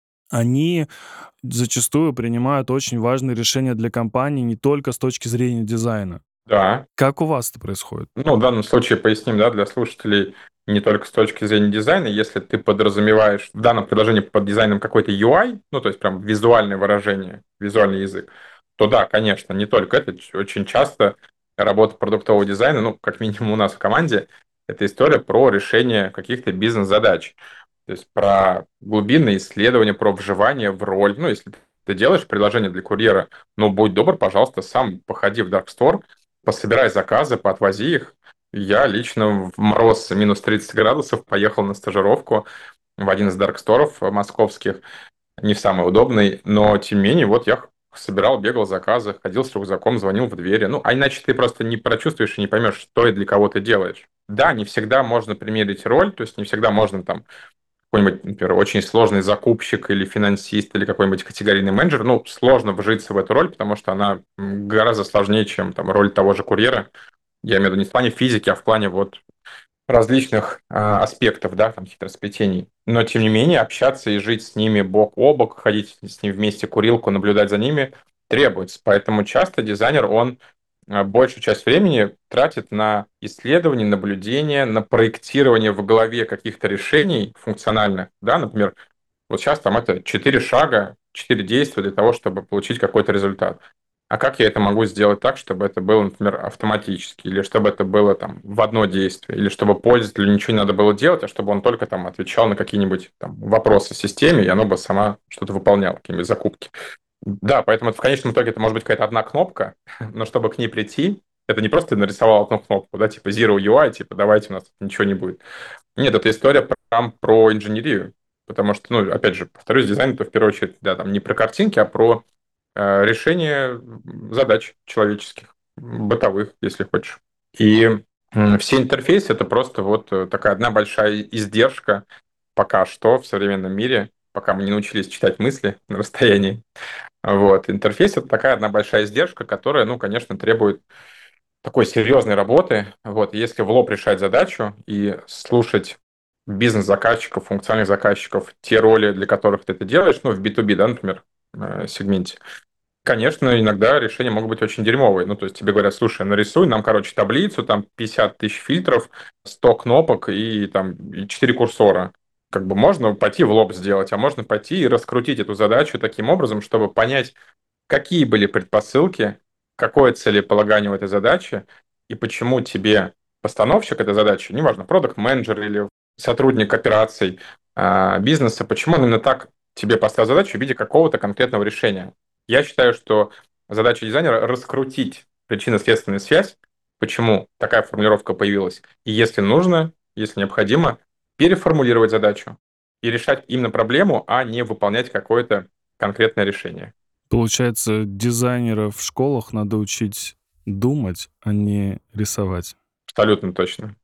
они зачастую принимают очень важные решения для компании не только с точки зрения дизайна. Да. Как у вас это происходит? Ну, в данном случае поясним, да, для слушателей не только с точки зрения дизайна. Если ты подразумеваешь в данном приложении под дизайном какой-то ю ай, ну, то есть прям визуальное выражение, визуальный язык, то да, конечно, не только это. Очень часто работа продуктового дизайна, ну, как минимум у нас в команде, это история про решение каких-то бизнес-задач. То есть про глубинное исследование, про вживание в роль. Ну, если ты делаешь приложение для курьера, ну, будь добр, пожалуйста, сам походи в Dark Store, пособирай заказы, поотвози их. Я лично в мороз минус тридцать градусов поехал на стажировку в один из дарксторов московских, не в самый удобный, но тем не менее, вот я собирал, бегал заказы, ходил с рюкзаком, звонил в двери. Ну, а иначе ты просто не прочувствуешь и не поймешь, что и для кого ты делаешь. Да, не всегда можно примерить роль, то есть не всегда можно там какой-нибудь, например, очень сложный закупщик или финансист или какой-нибудь категорийный менеджер, ну, сложно вжиться в эту роль, потому что она гораздо сложнее, чем там роль того же курьера. Я имею в виду не в плане физики, а в плане вот различных э, аспектов, да, там, хитросплетений. Но, тем не менее, общаться и жить с ними бок о бок, ходить с ними вместе курилку, наблюдать за ними требуется. Поэтому часто дизайнер, он а, большую часть времени тратит на исследование, наблюдение, на проектирование в голове каких-то решений функциональных, да, например, вот сейчас там это четыре шага, четыре действия для того, чтобы получить какой-то результат. А как я это могу сделать так, чтобы это было, например, автоматически, или чтобы это было там в одно действие, или чтобы пользователю ничего не надо было делать, а чтобы он только там отвечал на какие-нибудь там вопросы системе, и оно бы сама что-то выполняло, какие-нибудь закупки. Да, поэтому это в конечном итоге это может быть какая-то одна кнопка, но чтобы к ней прийти, это не просто ты нарисовал одну кнопку, да, типа Zero ю ай, типа давайте у нас тут ничего не будет. Нет, это история прям про инженерию, потому что, ну, опять же, повторюсь, дизайн это в первую очередь, да, там не про картинки, а про э, решение задач человеческих, бытовых, если хочешь. И м, все интерфейсы это просто вот э, такая одна большая издержка пока что в современном мире, пока мы не научились читать мысли на расстоянии. Вот. Интерфейс — это такая одна большая издержка, которая, ну, конечно, требует такой серьезной работы. Вот. Если в лоб решать задачу и слушать бизнес-заказчиков, функциональных заказчиков, те роли, для которых ты это делаешь, ну, в би ту би, да, например, э, сегменте, конечно, иногда решения могут быть очень дерьмовые. Ну, то есть тебе говорят, слушай, нарисуй нам, короче, таблицу, там пятьдесят тысяч фильтров, сто кнопок и там и четыре курсора. Как бы можно пойти в лоб сделать, а можно пойти и раскрутить эту задачу таким образом, чтобы понять, какие были предпосылки, какое целеполагание у этой задачи, и почему тебе постановщик этой задачи, неважно, продакт-менеджер или сотрудник операций а, бизнеса, почему он именно так тебе поставил задачу в виде какого-то конкретного решения. Я считаю, что задача дизайнера — раскрутить причинно-следственную связь, почему такая формулировка появилась, и если нужно, если необходимо, переформулировать задачу и решать именно проблему, а не выполнять какое-то конкретное решение. Получается, дизайнеров в школах надо учить думать, а не рисовать. Абсолютно точно.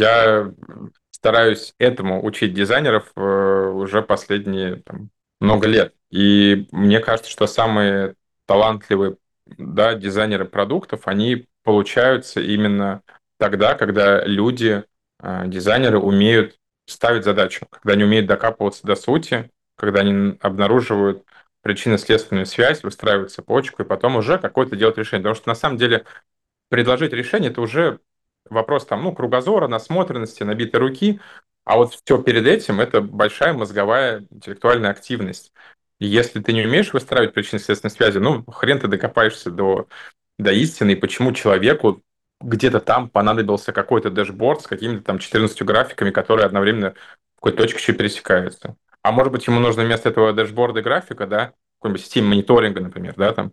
Я стараюсь этому учить дизайнеров э, уже последние там, много лет. И мне кажется, что самые талантливые, да, дизайнеры продуктов, они получаются именно тогда, когда люди, э, дизайнеры, умеют ставить задачу, когда они умеют докапываться до сути, когда они обнаруживают причинно-следственную связь, выстраивают цепочку, и потом уже какое-то делать решение. Потому что на самом деле предложить решение — это уже вопрос там, ну, кругозора, насмотренности, набитой руки, а вот все перед этим — это большая мозговая интеллектуальная активность. И если ты не умеешь выстраивать причинно-следственные связи, ну, хрен ты докопаешься до, до истины, и почему человеку где-то там понадобился какой-то дэшборд с какими-то там четырнадцатью графиками, которые одновременно в какой-то точке еще пересекаются. А может быть, ему нужно вместо этого дэшборда графика, да, какой-нибудь системе мониторинга, например, да, там,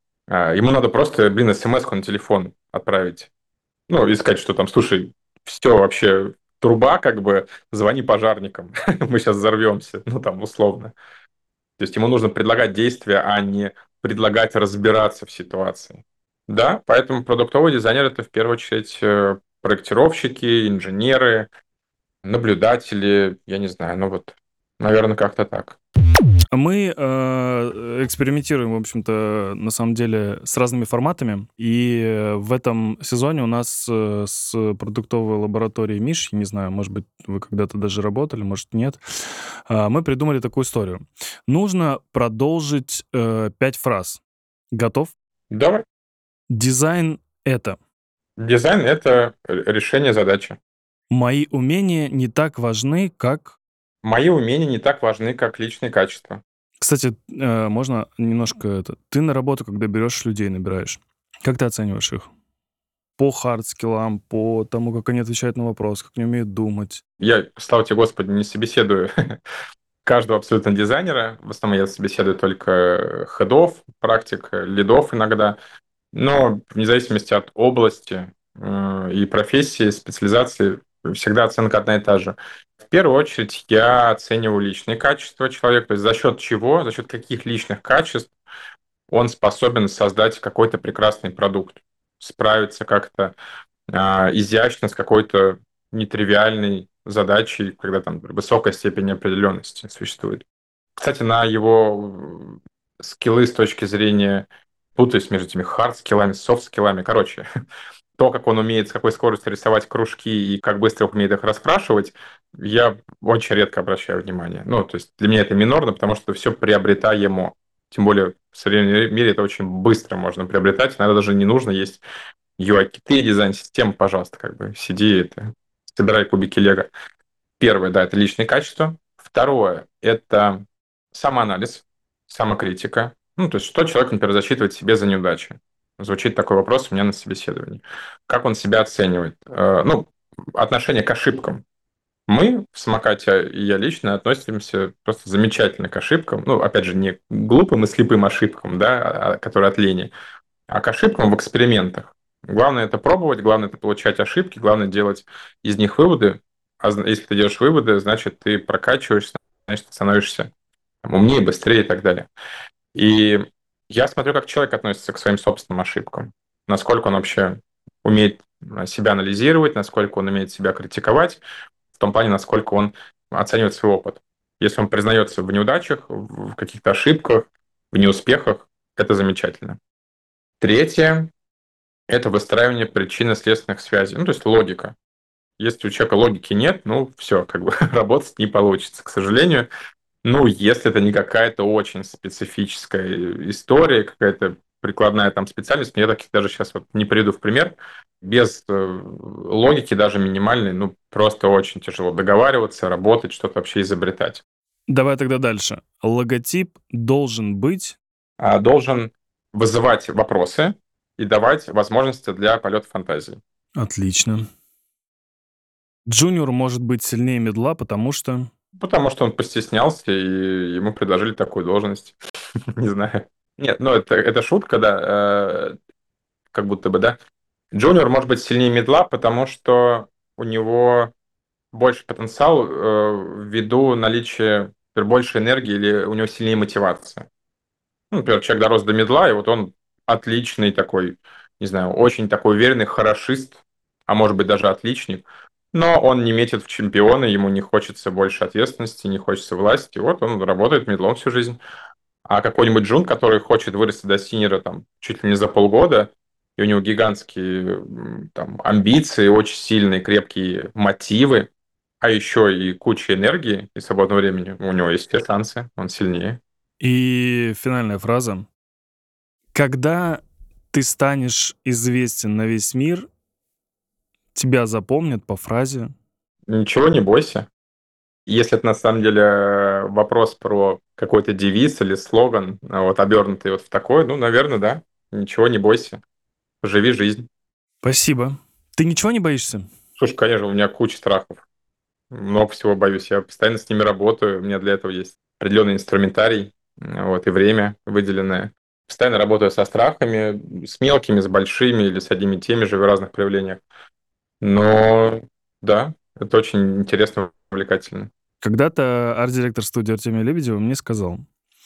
а, ему надо просто, блин, смс-ку на телефон отправить. Ну, и сказать, что там, слушай, все вообще, труба, как бы, звони пожарникам, мы сейчас взорвемся, ну, там, условно. То есть ему нужно предлагать действия, а не предлагать разбираться в ситуации. Да, поэтому продуктовый дизайнер — это в первую очередь э, проектировщики, инженеры, наблюдатели, я не знаю, ну вот, наверное, как-то так. Мы э, экспериментируем, в общем-то, на самом деле, с разными форматами. И э, в этом сезоне у нас э, с продуктовой лабораторией Миш, я не знаю, может быть, вы когда-то даже работали, может, нет, э, мы придумали такую историю. Нужно продолжить э, пять фраз. Готов? Давай. Дизайн — это. Дизайн — это решение задачи. Мои умения не так важны, как... Мои умения не так важны, как личные качества. Кстати, э, можно немножко это... Ты на работу, когда берешь людей, набираешь, как ты оцениваешь их? По хард-скиллам, по тому, как они отвечают на вопрос, как они умеют думать. Я, слава тебе, Господи, не собеседую каждого абсолютно дизайнера. В основном я собеседую только хедов, практик, лидов иногда. Но вне зависимости от области э, и профессии, специализации, всегда оценка одна и та же. В первую очередь я оцениваю личные качества человека, то есть за счет чего, за счет каких личных качеств он способен создать какой-то прекрасный продукт, справиться как-то а, изящно с какой-то нетривиальной задачей, когда там высокая степень неопределенности существует. Кстати, на его скиллы с точки зрения, путаюсь между этими хард-скиллами, софт-скиллами, короче, то, как он умеет, с какой скоростью рисовать кружки и как быстро умеет их раскрашивать, я очень редко обращаю внимание. Ну, то есть для меня это минорно, потому что все приобретаемо. Тем более в современном мире это очень быстро можно приобретать, иногда даже не нужно есть ю ай-киты, дизайн-системы, пожалуйста, как бы сиди, это, собирай кубики Лего. Первое, да, это личные качества. Второе, это самоанализ, самокритика. Ну, то есть, что человек, например, засчитывает себе за неудачи? Звучит такой вопрос у меня на собеседовании. Как он себя оценивает? Э, Ну, отношение к ошибкам. Мы в самокате, и я лично, относимся просто замечательно к ошибкам. Ну, опять же, не глупым и слепым ошибкам, да, а- а- которые от лени, а к ошибкам в экспериментах. Главное это пробовать, главное это получать ошибки, главное делать из них выводы. А зна- если ты делаешь выводы, значит, ты прокачиваешься, значит, ты становишься там, умнее, быстрее и так далее. И я смотрю, как человек относится к своим собственным ошибкам. Насколько он вообще умеет а, себя анализировать, насколько он умеет себя критиковать, в том плане, насколько он оценивает свой опыт. Если он признается в неудачах, в каких-то ошибках, в неуспехах, это замечательно. Третье– это выстраивание причинно-следственных связей, ну, то есть логика. Если у человека логики нет, ну, все, как бы работать не получится, к сожалению. Ну, если это не какая-то очень специфическая история, какая-то прикладная там специальность, я таких даже сейчас вот не приведу в пример, без э, логики даже минимальной, ну, просто очень тяжело договариваться, работать, что-то вообще изобретать. Давай тогда дальше. Логотип должен быть... А должен вызывать вопросы и давать возможности для полета фантазии. Отлично. Джуниор может быть сильнее медла, потому что... Потому что он постеснялся, и ему предложили такую должность. Не знаю. Нет, ну это, это шутка, да, э, как будто бы, да. Джуниор может быть сильнее медла, потому что у него больше потенциал э, ввиду наличия например, больше энергии или у него сильнее мотивация. Ну, например, человек дорос до медла, и вот он отличный такой, не знаю, очень такой уверенный хорошист, а может быть даже отличник, но он не метит в чемпионы, ему не хочется больше ответственности, не хочется власти, вот он работает медлом всю жизнь. А какой-нибудь джун, который хочет вырасти до синера там чуть ли не за полгода, и у него гигантские м, там амбиции, очень сильные, крепкие мотивы, а еще и куча энергии и свободного времени, у него есть все шансы, он сильнее. И финальная фраза. Когда ты станешь известен на весь мир, тебя запомнят по фразе... Ничего не бойся. Если это на самом деле вопрос про какой-то девиз или слоган, а вот обернутый вот в такой, ну, наверное, да. Ничего не бойся. Живи жизнь. Спасибо. Ты ничего не боишься? Слушай, конечно, у меня куча страхов. Много всего боюсь. Я постоянно с ними работаю. У меня для этого есть определенный инструментарий, вот, и время выделенное. Постоянно работаю со страхами, с мелкими, с большими или с одними и теми же в разных проявлениях. Но да, это очень интересно, увлекательно. Когда-то арт-директор студии Артемия Лебедева мне сказал,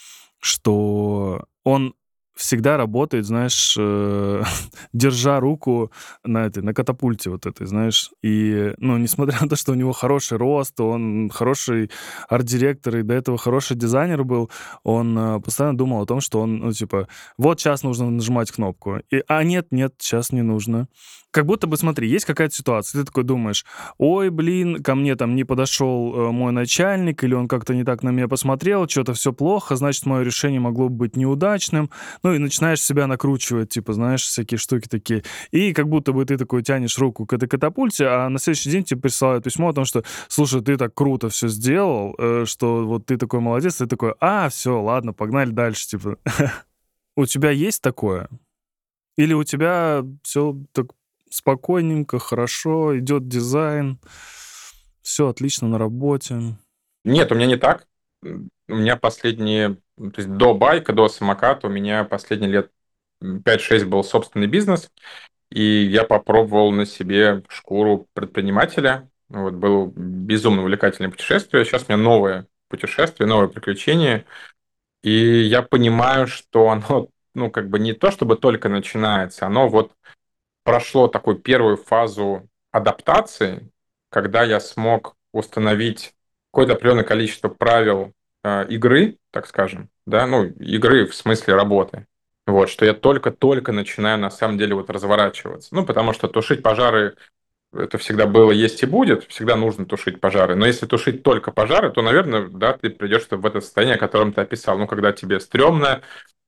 что он всегда работает, знаешь, э, держа руку на этой, на катапульте вот этой, знаешь. И, ну, несмотря на то, что у него хороший рост, он хороший арт-директор и до этого хороший дизайнер был, он э, постоянно думал о том, что он, ну, типа, вот сейчас нужно нажимать кнопку. И, а нет, нет, сейчас не нужно. Как будто бы, смотри, есть какая-то ситуация, ты такой думаешь, ой, блин, ко мне там не подошел э, мой начальник, или он как-то не так на меня посмотрел, что-то все плохо, значит, мое решение могло бы быть неудачным. Ну и начинаешь себя накручивать, типа, знаешь, всякие штуки такие. И как будто бы ты такой тянешь руку к этой катапульте, а на следующий день тебе присылают письмо о том, что, слушай, ты так круто все сделал, э, что вот ты такой молодец, ты такой, а, все, ладно, погнали дальше, типа. У тебя есть такое? Или у тебя все так спокойненько, хорошо, идет дизайн, все отлично на работе? Нет, у меня не так. М, У меня последние, ну, то есть до байка, до самоката, у меня последние лет пять-шесть был собственный бизнес, и я попробовал на себе шкуру предпринимателя. Вот, было безумно увлекательное путешествие. Сейчас у меня новое путешествие, новое приключение, и я понимаю, что оно, ну, как бы не то, чтобы только начинается, оно вот прошло такую первую фазу адаптации, когда я смог установить какое-то определенное количество правил э, игры, так скажем, да, ну, игры в смысле работы. Вот, что я только-только начинаю на самом деле вот разворачиваться. Ну, потому что тушить пожары это всегда было, есть и будет, всегда нужно тушить пожары. Но если тушить только пожары, то, наверное, да, ты придешь в это состояние, о котором ты описал. Ну, когда тебе стрёмно,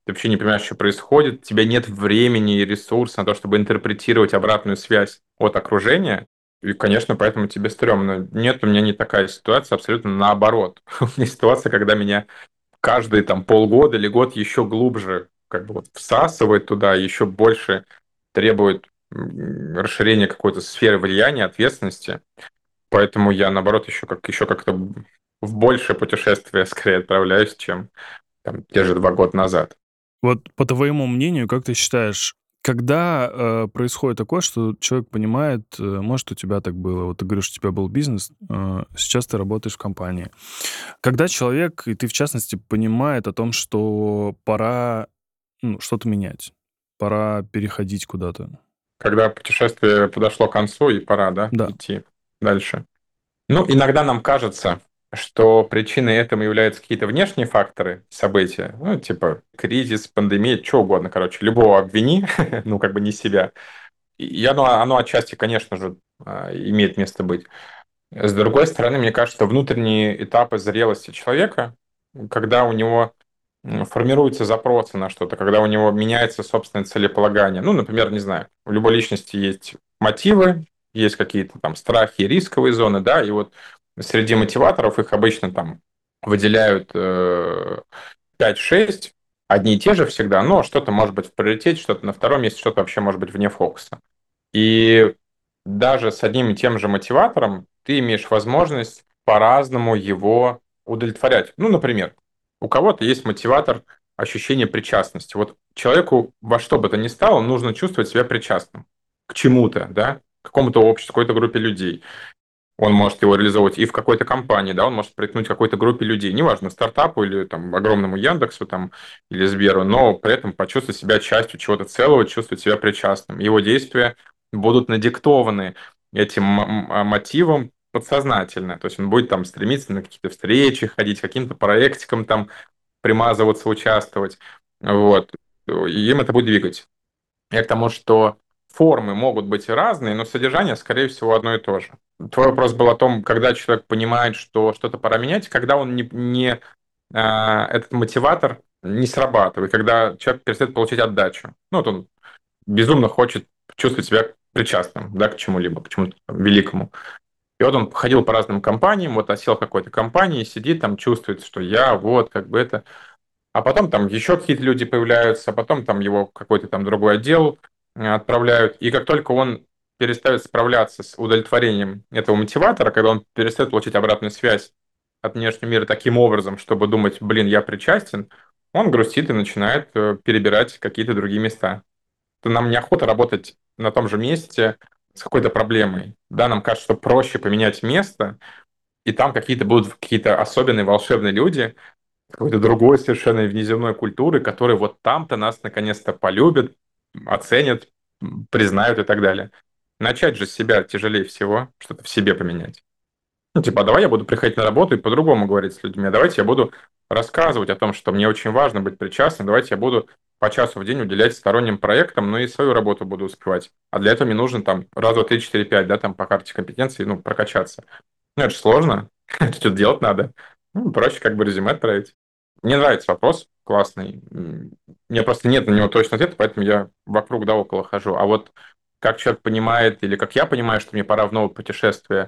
ты вообще не понимаешь, что происходит, у тебя нет времени и ресурса на то, чтобы интерпретировать обратную связь от окружения, и, конечно, поэтому тебе стрёмно. Нет, у меня не такая ситуация, абсолютно наоборот. У меня ситуация, когда меня каждые там полгода или год еще глубже как бы вот всасывает туда, еще больше требует м, расширения какой-то сферы влияния, ответственности. Поэтому я, наоборот, еще как еще как-то в большее путешествие скорее отправляюсь, чем там те же два года назад. Вот по твоему мнению, как ты считаешь, когда э, происходит такое, что человек понимает, э, может, у тебя так было, вот ты говоришь, у тебя был бизнес, э, сейчас ты работаешь в компании. Когда человек, и ты в частности, понимает о том, что пора ну, что-то менять, пора переходить куда-то. Когда путешествие подошло к концу, и пора, да, Да. идти дальше. Ну, иногда нам кажется, что причиной этому являются какие-то внешние факторы, события, ну, типа кризис, пандемия, что угодно, короче, любого обвини, ну, как бы не себя. И оно, оно отчасти, конечно же, а, имеет место быть. С другой стороны, мне кажется, внутренние этапы зрелости человека, когда у него м, формируются запросы на что-то, когда у него меняется собственное целеполагание. Ну, например, не знаю, у любой личности есть мотивы, есть какие-то там страхи и рисковые зоны, да, и вот среди мотиваторов их обычно там выделяют э, пять-шесть, одни и те же всегда, но что-то может быть в приоритете, что-то на втором месте, что-то вообще может быть вне фокуса. И даже с одним и тем же мотиватором ты имеешь возможность по-разному его удовлетворять. Ну, например, у кого-то есть мотиватор ощущения причастности. Вот человеку во что бы то ни стало нужно чувствовать себя причастным к чему-то, да, к какому-то обществу, какой-то группе людей. Он может его реализовывать и в какой-то компании, да, он может приткнуть какой-то группе людей, неважно, стартапу или там огромному Яндексу там, или Сберу, но при этом почувствовать себя частью чего-то целого, чувствовать себя причастным. Его действия будут надиктованы этим м- м- мотивом подсознательно, то есть он будет там стремиться на какие-то встречи ходить, каким-то проектикам там примазываться, участвовать, вот, и им это будет двигать. Я к тому, что формы могут быть разные, но содержание, скорее всего, одно и то же. Твой вопрос был о том, когда человек понимает, что что-то пора менять, когда он не, не а, этот мотиватор не срабатывает, когда человек перестает получать отдачу. Ну, вот он безумно хочет чувствовать себя причастным, да, к чему-либо, к чему-то там великому. И вот он ходил по разным компаниям, вот осел в какой-то компании, сидит там, чувствует, что я вот как бы это. А потом там еще какие-то люди появляются, а потом там его какой-то там другой отдел э, отправляют. И как только он перестает справляться с удовлетворением этого мотиватора, когда он перестает получить обратную связь от внешнего мира таким образом, чтобы думать, блин, я причастен, он грустит и начинает э, перебирать какие-то другие места. То нам неохота работать на том же месте с какой-то проблемой. Да, нам кажется, что проще поменять место, и там какие-то будут какие-то особенные волшебные люди, какой-то другой совершенно внеземной культуры, которые вот там-то нас наконец-то полюбят, оценят, м, признают и так далее. Начать же с себя тяжелее всего, что-то в себе поменять. Ну, типа, а давай я буду приходить на работу и по-другому говорить с людьми. А давайте я буду рассказывать о том, что мне очень важно быть причастным. Давайте я буду по часу в день уделять сторонним проектам, но и свою работу буду успевать. А для этого мне нужно там раз, два, три, четыре, пять, да, там по карте компетенции, ну, прокачаться. Ну, это же сложно. Это что-то делать надо. Ну, проще как бы резюме отправить. Мне нравится вопрос, классный. М, У меня просто нет на него точного ответа, поэтому я вокруг да около хожу. А вот как человек понимает, или как я понимаю, что мне пора в новое путешествие,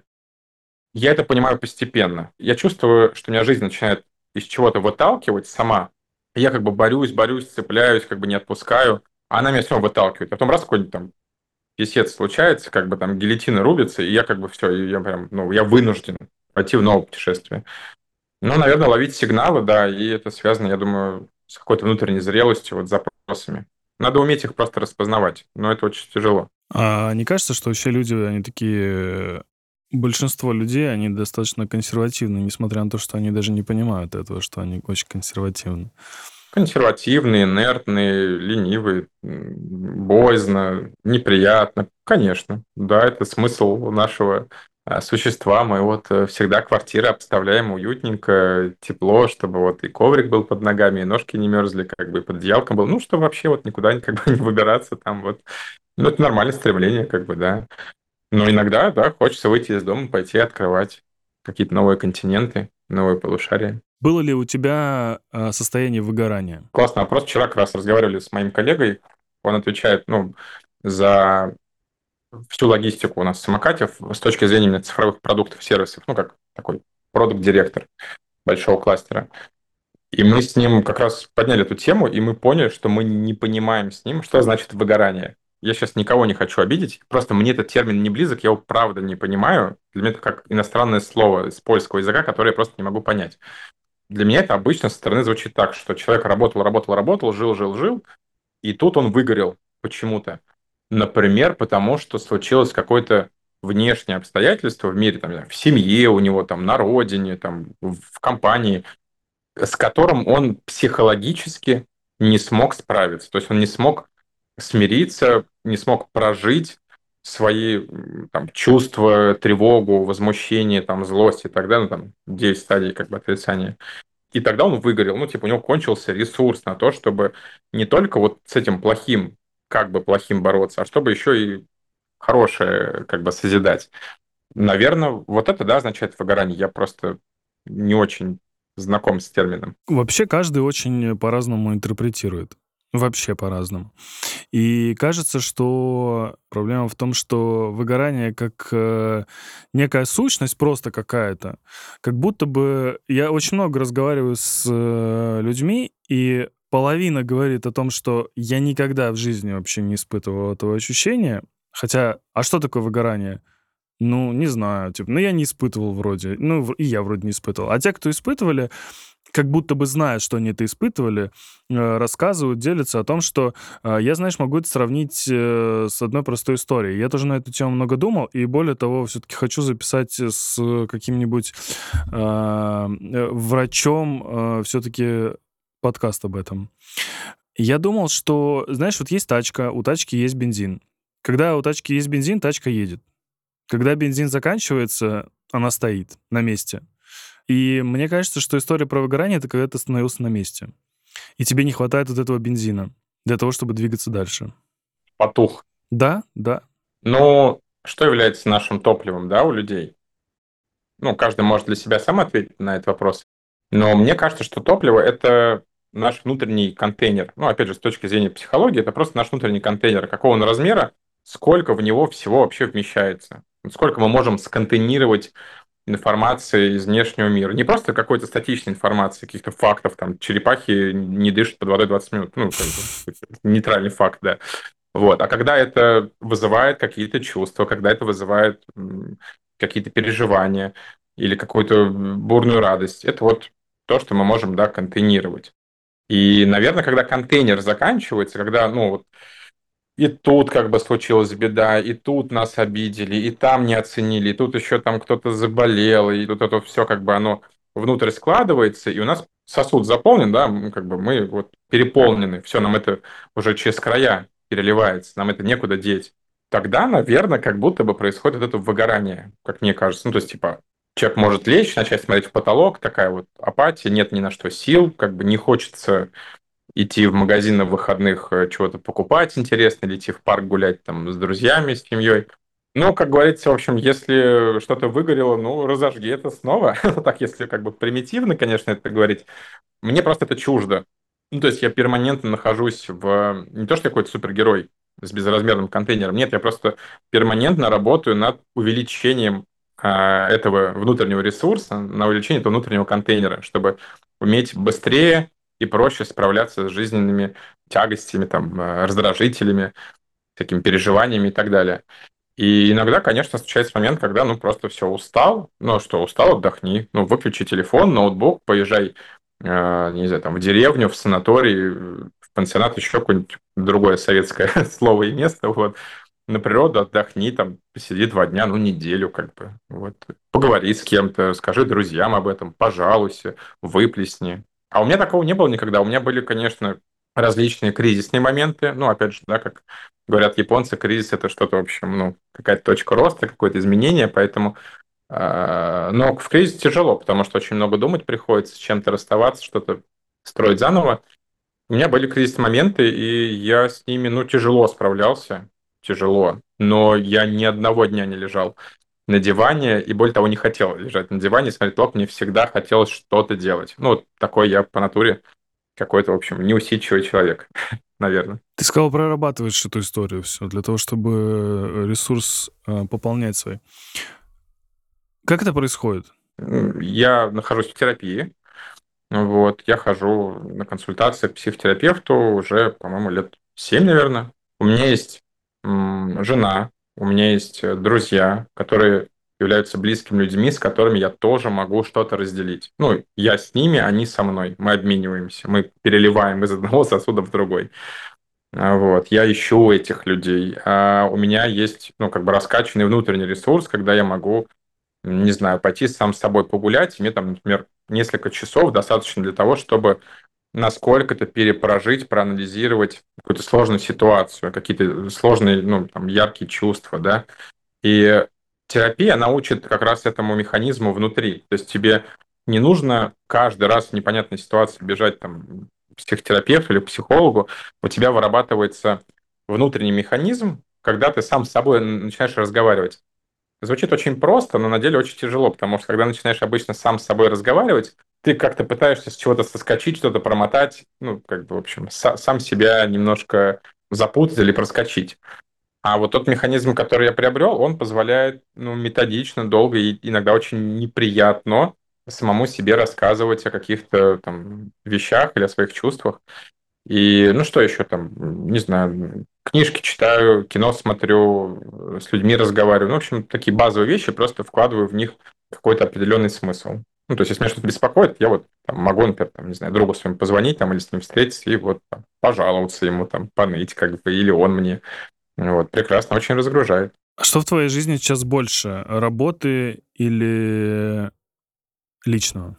я это понимаю постепенно. Я чувствую, что меня жизнь начинает из чего-то выталкивать сама. И я как бы борюсь, борюсь, цепляюсь, как бы не отпускаю. А она меня все равно выталкивает. А потом раз какой-нибудь там писец случается, как бы там гильотина рубится, и я как бы все, я прям, ну, я вынужден пойти в новое путешествие. Ну, наверное, ловить сигналы, да, и это связано, я думаю, с какой-то внутренней зрелостью, вот запросами. Надо уметь их просто распознавать, но это очень тяжело. А не кажется, что вообще люди, они такие... Большинство людей, они достаточно консервативны, несмотря на то, что они даже не понимают этого, что они очень консервативны. Консервативные, инертные, ленивые, м, боязно, неприятно. Конечно, да, это смысл нашего а, существа. Мы вот э, всегда квартиры обставляем уютненько, тепло, чтобы вот и коврик был под ногами, и ножки не мерзли, как бы и под одеялком был. Ну, чтобы вообще вот никуда как бы не выбираться там вот. Ну, это нормальное стремление, как бы, да. Но иногда, да, хочется выйти из дома, пойти открывать какие-то новые континенты, новые полушария. Было ли у тебя э, состояние выгорания? Классный вопрос. Вчера как раз разговаривали с моим коллегой. Он отвечает, ну, за всю логистику у нас в самокате с точки зрения именно цифровых продуктов, сервисов, ну, как такой продукт-директор большого кластера. И мы с ним как раз подняли эту тему, и мы поняли, что мы не понимаем с ним, что значит выгорание. Я сейчас никого не хочу обидеть, просто мне этот термин не близок, я его правда не понимаю. Для меня это как иностранное слово из польского языка, которое я просто не могу понять. Для меня это обычно со стороны звучит так, что человек работал, работал, работал, жил, жил, жил, и тут он выгорел почему-то. Например, потому что случилось какое-то внешнее обстоятельство в мире, там, не знаю, в семье у него, там, на родине, там, в компании, с которым он психологически не смог справиться. То есть он не смог смириться, не смог прожить свои м, там, чувства, тревогу, возмущение, там, злость и так далее, ну, там, девять стадий как бы отрицания. И тогда он выгорел, ну, типа, у него кончился ресурс на то, чтобы не только вот с этим плохим, как бы плохим бороться, а чтобы еще и хорошее как бы созидать. Наверное, вот это, да, означает выгорание. Я просто не очень знаком с термином. Вообще каждый очень по-разному интерпретирует. Вообще по-разному. И кажется, что проблема в том, что выгорание как э, некая сущность просто какая-то. Как будто бы я очень много разговариваю с э, людьми, и половина говорит о том, что я никогда в жизни вообще не испытывал этого ощущения. Хотя, а что такое выгорание? Ну, не знаю, типа, ну, я не испытывал вроде, ну, в- и я вроде не испытывал. А те, кто испытывали, как будто бы знают, что они это испытывали, э, рассказывают, делятся о том, что э, я, знаешь, могу это сравнить э, с одной простой историей. Я тоже на эту тему много думал, и более того, все-таки хочу записать с каким-нибудь э, э, врачом все-таки подкаст об этом. Я думал, что, знаешь, вот есть тачка, у тачки есть бензин. Когда у тачки есть бензин, тачка едет. Когда бензин заканчивается, она стоит на месте. И мне кажется, что история про выгорание — это когда ты остановился на месте. И тебе не хватает вот этого бензина для того, чтобы двигаться дальше. Потух. Да, да. Но что является нашим топливом, да, у людей? Ну, каждый может для себя сам ответить на этот вопрос. Но мне кажется, что топливо — это наш внутренний контейнер. Ну, опять же, с точки зрения психологии, это просто наш внутренний контейнер. Какого он размера, сколько в него всего вообще вмещается. Сколько мы можем сконтейнировать информации из внешнего мира. Не просто какой-то статичной информации, каких-то фактов, там, черепахи не дышат под водой двадцать минут. Ну, как бы, нейтральный факт, да. Вот. А когда это вызывает какие-то чувства, когда это вызывает м, какие-то переживания или какую-то бурную радость, это вот то, что мы можем, да, контейнировать. И, наверное, когда контейнер заканчивается, когда, ну, вот и тут как бы случилась беда, и тут нас обидели, и там не оценили, и тут еще там кто-то заболел, и тут это все как бы оно внутрь складывается, и у нас сосуд заполнен, да, мы как бы мы вот переполнены, все, нам это уже через края переливается, нам это некуда деть. Тогда, наверное, как будто бы происходит это выгорание, как мне кажется. Ну, то есть, типа, человек может лечь, начать смотреть в потолок, такая вот апатия, нет ни на что сил, как бы не хочется идти в магазин на выходных, э, чего-то покупать интересно, или идти в парк гулять там с друзьями, с семьей. Ну, как говорится, в общем, если что-то выгорело, ну, разожги это снова. Так, если как бы примитивно, конечно, это говорить. Мне просто это чуждо. Ну, то есть я перманентно нахожусь в... Не то, что я какой-то супергерой с безразмерным контейнером. Нет, я просто перманентно работаю над увеличением а, этого внутреннего ресурса, на увеличение этого внутреннего контейнера, чтобы уметь быстрее и проще справляться с жизненными тягостями, там, э, раздражителями, такими переживаниями и так далее. И иногда, конечно, случается момент, когда, ну, просто все, устал. Ну, что, устал, отдохни. Ну, выключи телефон, ноутбук, поезжай, э, не знаю, там, в деревню, в санаторий, в пансионат, еще какое-нибудь другое советское слово и место, вот. На природу отдохни, там, посиди два дня, ну, неделю, как бы, вот. Поговори с кем-то, скажи друзьям об этом, пожалуйся, выплесни. А у меня такого не было никогда. У меня были, конечно, различные кризисные моменты. Ну, опять же, да, как говорят японцы, кризис — это что-то, в общем, ну, какая-то точка роста, какое-то изменение, поэтому... э, Но в кризис тяжело, потому что очень много думать приходится, с чем-то расставаться, что-то строить заново. У меня были кризисные моменты, и я с ними, ну, тяжело справлялся, тяжело, но я ни одного дня не лежал на диване, и более того, не хотел лежать на диване и смотреть лоб, мне всегда хотелось что-то делать. Ну, вот такой я по натуре какой-то, в общем, неусидчивый человек, наверное. Ты сказал, прорабатываешь эту историю все для того, чтобы ресурс э, пополнять свой. Как это происходит? М, Я нахожусь в терапии, вот, я хожу на консультации к психотерапевту уже, по-моему, лет семь, наверное. У меня есть м, жена, у меня есть э, друзья, которые являются близкими людьми, с которыми я тоже могу что-то разделить. Ну, я с ними, они со мной. Мы обмениваемся, мы переливаем из одного сосуда в другой. А, Вот, я ищу этих людей. А у меня есть, ну, как бы раскачанный внутренний ресурс, когда я могу, не знаю, пойти сам с собой погулять. И мне там, например, несколько часов достаточно для того, чтобы насколько-то перепрожить, проанализировать какую-то сложную ситуацию, какие-то сложные, ну, там, яркие чувства, да. И терапия, она учит как раз этому механизму внутри. То есть тебе не нужно каждый раз в непонятной ситуации бежать там, к психотерапевту или к психологу. У тебя вырабатывается внутренний механизм, когда ты сам с собой начинаешь разговаривать. Звучит очень просто, но на деле очень тяжело, потому что когда начинаешь обычно сам с собой разговаривать, ты как-то пытаешься с чего-то соскочить, что-то промотать, ну, как бы, в общем, са- сам себя немножко запутать или проскочить. А вот тот механизм, который я приобрел, он позволяет, ну, методично, долго и иногда очень неприятно самому себе рассказывать о каких-то там вещах или о своих чувствах. И, ну, что еще там, не знаю, книжки читаю, кино смотрю, с людьми разговариваю. Ну, в общем, такие базовые вещи, просто вкладываю в них какой-то определенный смысл. Ну, то есть, если меня что-то беспокоит, я вот там, могу, например, там, не знаю, другу своему позвонить там, или с ним встретиться и вот там, пожаловаться ему, там, поныть, как бы, или он мне. Вот, прекрасно, очень разгружает. А что в твоей жизни сейчас больше, работы или личного?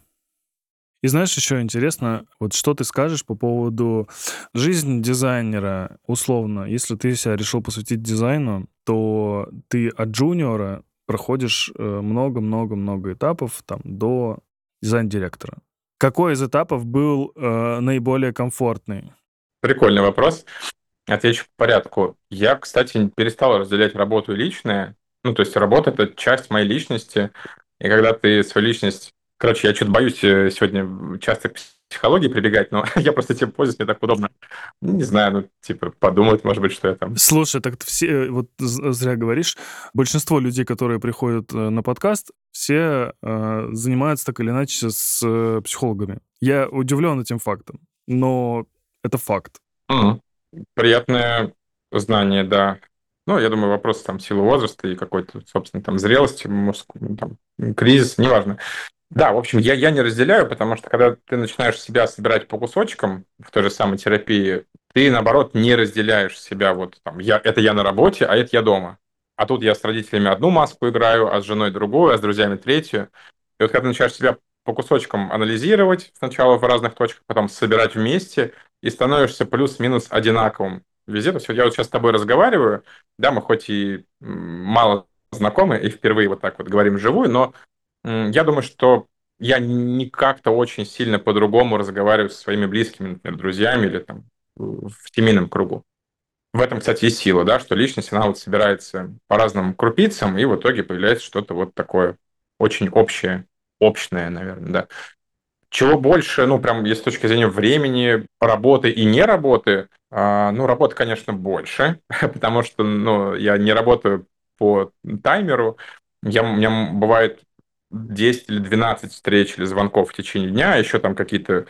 И знаешь, еще интересно, вот что ты скажешь по поводу жизни дизайнера, условно, если ты себя решил посвятить дизайну, то ты от джуниора проходишь э, много-много-много этапов там до дизайн-директора. Какой из этапов был э, наиболее комфортный? Прикольный вопрос. Отвечу по порядку. Я, кстати, перестал разделять работу и личное. Ну, то есть работа — это часть моей личности. И когда ты свою личность... Короче, я что-то боюсь э, сегодня часто к психологии прибегать, но я просто тем пользуюсь, мне так удобно. Ну, не знаю, ну, типа, подумать, может быть, что я там... Слушай, так ты все, э, вот з- зря говоришь, большинство людей, которые приходят э, на подкаст, все э, занимаются так или иначе с э, психологами. Я удивлен этим фактом, но это факт. Мгм. Приятное знание, да. Ну, я думаю, вопрос там силы возраста и какой-то, собственно, там зрелости, мозг- ну, там, кризис, неважно. Да, в общем, я, я не разделяю, потому что когда ты начинаешь себя собирать по кусочкам в той же самой терапии, ты, наоборот, не разделяешь себя. Вот там, я, это я на работе, а это я дома. А тут я с родителями одну маску играю, а с женой другую, а с друзьями третью. И вот когда ты начинаешь себя по кусочкам анализировать сначала в разных точках, потом собирать вместе, и становишься плюс-минус одинаковым везде. То есть вот я вот сейчас с тобой разговариваю, да, мы хоть и м, мало знакомы и впервые вот так вот говорим вживую, но М, Я думаю, что я не как-то очень сильно по-другому разговариваю со своими близкими, например, друзьями или там в семейном кругу. В этом, кстати, есть сила, да, что личность, она вот собирается по разным крупицам, и в итоге появляется что-то вот такое очень общее, общее, наверное, да. Чего больше, ну, прям, если с точки зрения времени, работы и не работы, а, ну, работы, конечно, больше, потому что, ну, я не работаю по таймеру, я, у меня бывает десять или двенадцать встреч или звонков в течение дня, еще там какие-то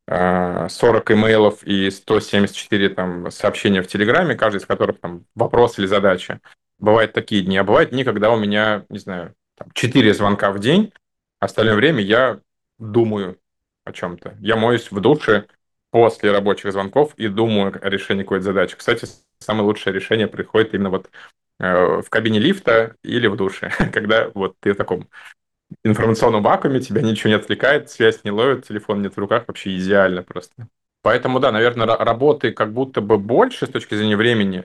а, сорок имейлов и сто семьдесят четыре там сообщения в Телеграме, каждый из которых там вопрос или задача. Бывают такие дни, а бывают дни, когда у меня, не знаю, там, четыре звонка в день, остальное время я думаю о чем-то. Я моюсь в душе после рабочих звонков и думаю о решении какой-то задачи. Кстати, самое лучшее решение приходит именно вот э, в кабине лифта или в душе, когда вот ты в таком информационном вакууме, тебя ничего не отвлекает, связь не ловит, телефон нет в руках, вообще идеально просто. Поэтому, да, наверное, ра- работы как будто бы больше с точки зрения времени,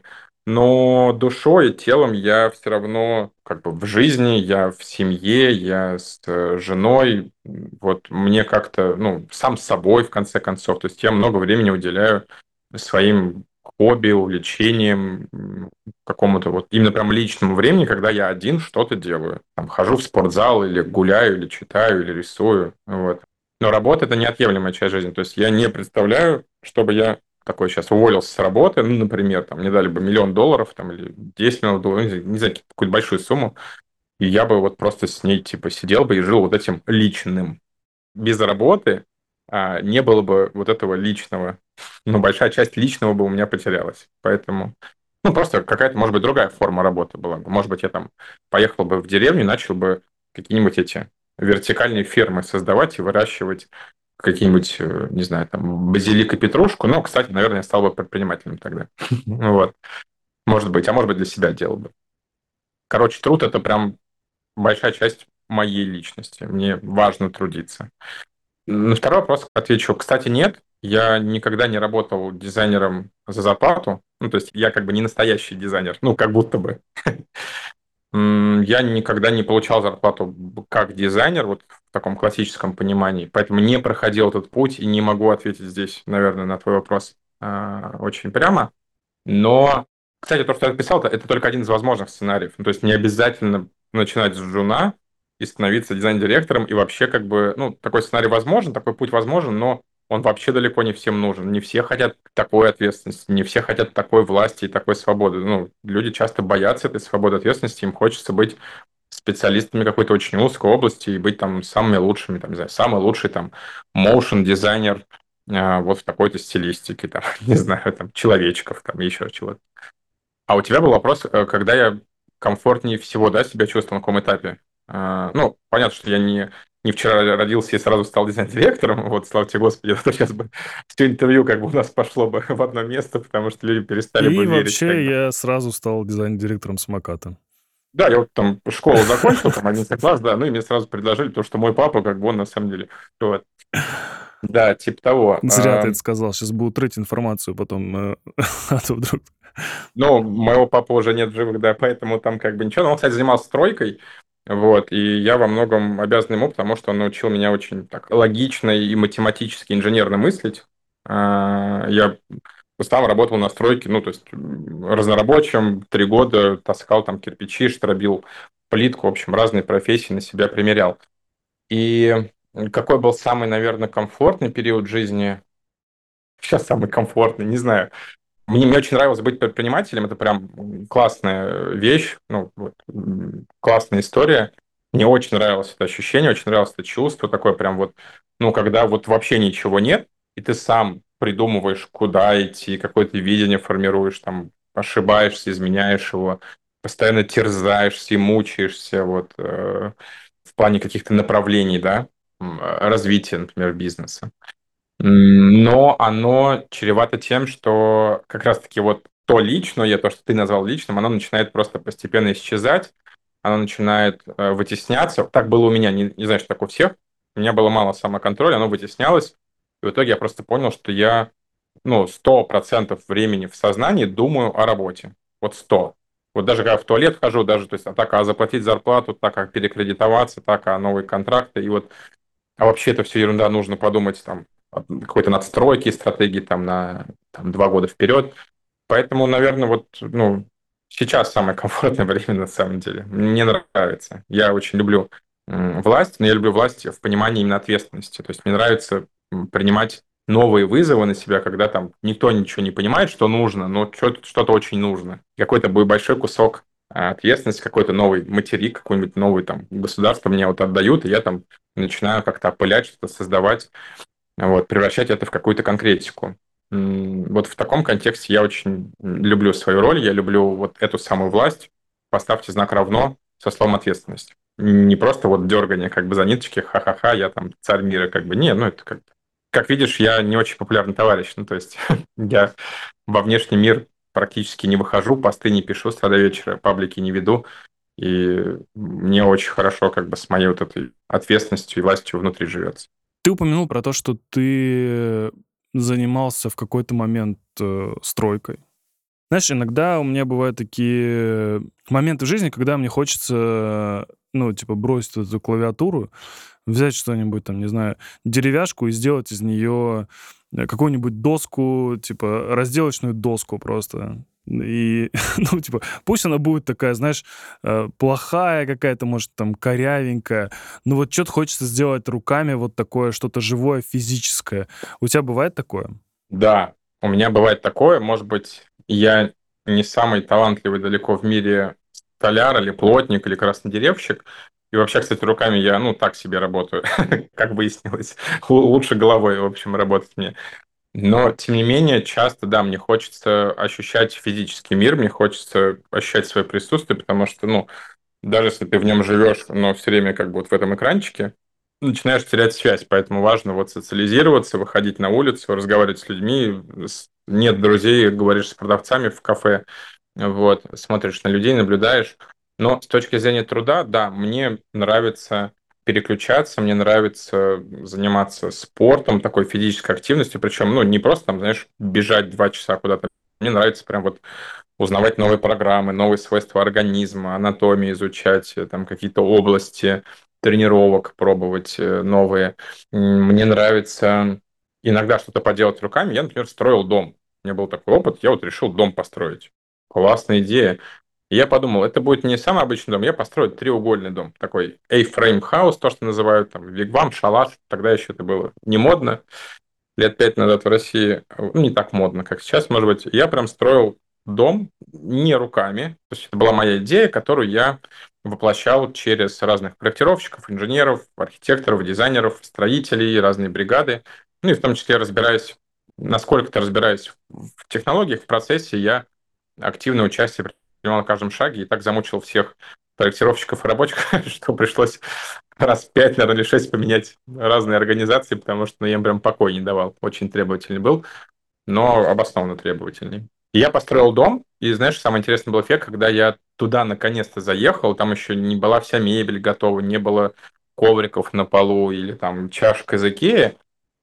но душой и телом я все равно как бы в жизни, я в семье, я с э, женой, вот мне как-то, ну, сам с собой, в конце концов, то есть я много времени уделяю своим хобби, увлечением, м, какому-то вот именно прям личному времени, когда я один что-то делаю. Там, хожу в спортзал или гуляю, или читаю, или рисую. Вот. Но работа — это неотъемлемая часть жизни. То есть я не представляю, чтобы я такой сейчас уволился с работы, ну, например, там, мне дали бы миллион долларов там, или десять миллионов долларов, не знаю, не знаю, какую-то большую сумму, и я бы вот просто с ней типа сидел бы и жил вот этим личным. Без работы а, не было бы вот этого личного. Ну, большая часть личного бы у меня потерялась. Поэтому, ну, просто какая-то, может быть, другая форма работы была бы. Может быть, я там поехал бы в деревню, начал бы какие-нибудь эти вертикальные фермы создавать и выращивать какие-нибудь, э, не знаю, там, базилик и петрушку. Ну, кстати, наверное, я стал бы предпринимателем тогда. Вот. Может быть. А может быть, для себя делал бы. Короче, труд — это прям большая часть моей личности. Мне важно трудиться. На второй вопрос отвечу. Кстати, нет. Я никогда не работал дизайнером за зарплату. Ну, то есть я как бы не настоящий дизайнер. Ну, как будто бы. М, Я никогда не получал зарплату как дизайнер, вот в таком классическом понимании. Поэтому не проходил этот путь и не могу ответить здесь, наверное, на твой вопрос а, очень прямо. Но, кстати, то, что я написал, это только один из возможных сценариев. Ну, то есть не обязательно начинать с джуна и становиться дизайн-директором, и вообще как бы, ну, такой сценарий возможен, такой путь возможен, но он вообще далеко не всем нужен. Не все хотят такой ответственности, не все хотят такой власти и такой свободы. Ну, люди часто боятся этой свободы ответственности, им хочется быть специалистами какой-то очень узкой области и быть там самыми лучшими, там, не знаю, самый лучший там motion дизайнер а, вот в такой-то стилистике, там, не знаю, там, человечков, там, еще чего-то. А у тебя был вопрос, э, когда я комфортнее всего, да, себя чувствовал, на каком этапе? А, Ну, понятно, что я не, не вчера родился и сразу стал дизайн-директором, вот, слава тебе, Господи, а то сейчас бы все интервью как бы у нас пошло бы в одно место, потому что люди перестали бы И верить, как вообще бы. я сразу стал дизайн-директором самоката. Да, я вот там школу закончил, там, одиннадцатый класс, да, ну, и мне сразу предложили, потому что мой папа, как бы, он на самом деле, вот. Да, типа того. Зря ты А, это сказал. Сейчас буду трыть информацию потом, э, а то вдруг... Ну, моего папы уже нет в живых, да, поэтому там как бы ничего. Но он, кстати, занимался стройкой, вот, и я во многом обязан ему, потому что он научил меня очень так логично и математически инженерно мыслить. А, Я сам работал на стройке, ну, то есть м, разнорабочим, три года таскал там кирпичи, штробил плитку, в общем, разные профессии на себя примерял. И какой был самый, наверное, комфортный период жизни? Сейчас самый комфортный, не знаю. Мне, мне очень нравилось быть предпринимателем, это прям классная вещь, ну, вот, м, классная история. Мне очень нравилось это ощущение, очень нравилось это чувство, такое прям вот, ну, когда вот вообще ничего нет, и ты сам придумываешь, куда идти, какое-то видение формируешь, там, ошибаешься, изменяешь его, постоянно терзаешься и мучаешься, вот, э, в плане каких-то направлений, да, м, развития, например, бизнеса. М, Но оно чревато тем, что как раз-таки вот то личное, то, что ты назвал личным, оно начинает просто постепенно исчезать, оно начинает э, вытесняться. Так было у меня, не, не знаю, что так у всех. У меня было мало самоконтроля, оно вытеснялось. И в итоге я просто понял, что я, ну, сто процентов времени в сознании думаю о работе. Вот сто. Вот даже когда в туалет хожу, даже, то есть, а так, а заплатить зарплату, так, а перекредитоваться, так, а новые контракты. И вот а вообще это все ерунда, нужно подумать там о какой-то надстройке стратегии там на там, два года вперед. Поэтому, наверное, вот ну, сейчас самое комфортное время на самом деле. Мне нравится. Я очень люблю м, власть, но я люблю власть в понимании именно ответственности. То есть мне нравится м, принимать новые вызовы на себя, когда там никто ничего не понимает, что нужно, но что-то, что-то очень нужно. Какой-то будет большой кусок а, ответственности, какой-то новый материк, какой-нибудь новый там государство мне вот отдают, и я там начинаю как-то опылять, что-то создавать, вот, превращать это в какую-то конкретику. М, Вот в таком контексте я очень люблю свою роль, я люблю вот эту самую власть. Поставьте знак равно со словом ответственность. Не просто вот дергание как бы за ниточки, ха-ха-ха, я там царь мира, как бы. Не, ну это как как видишь, я не очень популярный товарищ. Ну, то есть я во внешний мир практически не выхожу, посты не пишу с утра до вечера, паблики не веду. И мне очень хорошо как бы с моей вот этой ответственностью и властью внутри живется. Ты упомянул про то, что ты занимался в какой-то момент э, стройкой. Знаешь, иногда у меня бывают такие моменты в жизни, когда мне хочется, ну, типа, бросить эту клавиатуру, взять что-нибудь там, не знаю, деревяшку и сделать из нее э, какую-нибудь доску, типа разделочную доску просто. И, ну, типа, пусть она будет такая, знаешь, э, плохая какая-то, может, там, корявенькая, но вот что-то хочется сделать руками, вот такое, что-то живое, физическое. У тебя бывает такое? Да, у меня бывает такое, может быть, я не самый талантливый далеко в мире столяр или плотник или краснодеревщик, и вообще, кстати, руками я, ну, так себе работаю, как выяснилось. Лу- Лучше головой, в общем, работать мне. Но, тем не менее, часто, да, мне хочется ощущать физический мир, мне хочется ощущать свое присутствие, потому что, ну, даже если ты в нем живешь, но все время как бы вот в этом экранчике, начинаешь терять связь, поэтому важно вот социализироваться, выходить на улицу, разговаривать с людьми. С- Нет друзей, говоришь с продавцами в кафе, вот, смотришь на людей, наблюдаешь. Но с точки зрения труда, да, мне нравится переключаться, мне нравится заниматься спортом, такой физической активностью, причем, ну, не просто там, знаешь, бежать два часа куда-то. Мне нравится прям вот узнавать новые программы, новые свойства организма, анатомию изучать, э, там какие-то области тренировок пробовать э, новые. М, Мне нравится иногда что-то поделать руками. Я, например, строил дом. У меня был такой опыт, я вот решил дом построить. Классная идея. И я подумал, это будет не самый обычный дом, я построю треугольный дом, такой A-frame house, то, что называют, там, вигвам, шалаш, тогда еще это было не модно, лет пять назад в России, ну, не так модно, как сейчас, может быть, я прям строил дом не руками. То есть это была моя идея, которую я воплощал через разных проектировщиков, инженеров, архитекторов, дизайнеров, строителей, разные бригады. Ну и в том числе разбираюсь, насколько-то разбираюсь в технологиях, в процессе, я активное участие принимал на каждом шаге и так замучил всех проектировщиков и рабочих, что пришлось раз в пять, наверное, или шесть поменять разные организации, потому что ну, я им прям покой не давал. Очень требовательный был, но обоснованно требовательный. И я построил дом, и, знаешь, самый интересный был эффект, когда я туда наконец-то заехал, там еще не была вся мебель готова, не было ковриков на полу или там чашек из Икеи.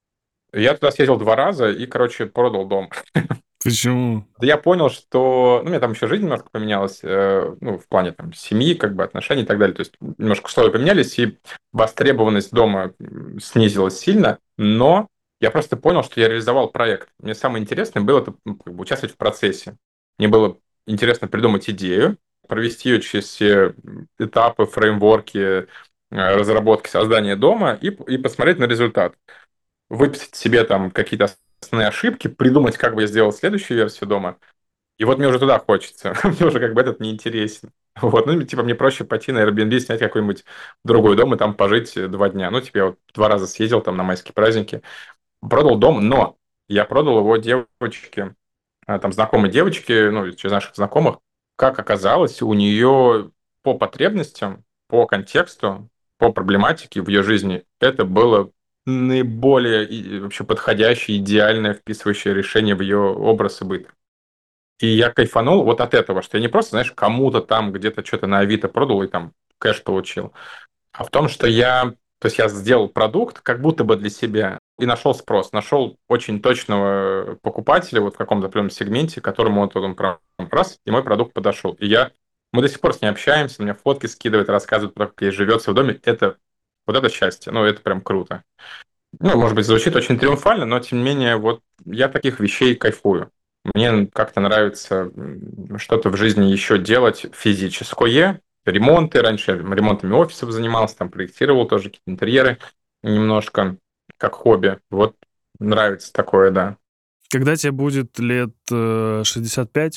Я туда съездил два раза и, короче, продал дом. Почему? Да я понял, что... Ну, у меня там еще жизнь немножко поменялась, э, ну, в плане там семьи, как бы отношений и так далее. То есть немножко условия поменялись, и востребованность дома м, снизилась сильно, но я просто понял, что я реализовал проект. Мне самое интересное было это, ну, как бы участвовать в процессе. Мне было интересно придумать идею, провести ее через все этапы, фреймворки, э, разработки, создания дома и, и посмотреть на результат. Выписать себе там какие-то основные ошибки, придумать, как бы я сделал следующую версию дома, и вот мне уже туда хочется. Мне уже как бы этот не интересен. Вот, ну, типа, мне проще пойти на Airbnb, снять какой-нибудь другой дом и там пожить э, два дня. Ну, типа, я вот два раза съездил там на майские праздники, продал дом, но я продал его девочке, а, там, знакомой девочке, ну, через наших знакомых. Как оказалось, у нее по потребностям, по контексту, по проблематике в ее жизни это было наиболее и вообще подходящее, идеальное, вписывающее решение в ее образ и быт. И я кайфанул вот от этого, что я не просто, знаешь, кому-то там где-то что-то на Авито продал и там кэш получил, а в том, что я, то есть я сделал продукт как будто бы для себя и нашел спрос, нашел очень точного покупателя вот в каком-то определенном сегменте, которому вот он прям раз, и мой продукт подошел. И я, мы до сих пор с ней общаемся, мне фотки скидывает, рассказывает про то, как ей живется в доме. Это вот это счастье, ну, это прям круто. Ну, может быть, звучит очень триумфально, но, тем не менее, вот я таких вещей кайфую. Мне как-то нравится м, что-то в жизни еще делать физическое. Ремонты. Раньше я ремонтами офисов занимался, там проектировал тоже какие-то интерьеры немножко, как хобби. Вот нравится такое, да. Когда тебе будет лет э, шестьдесят пять,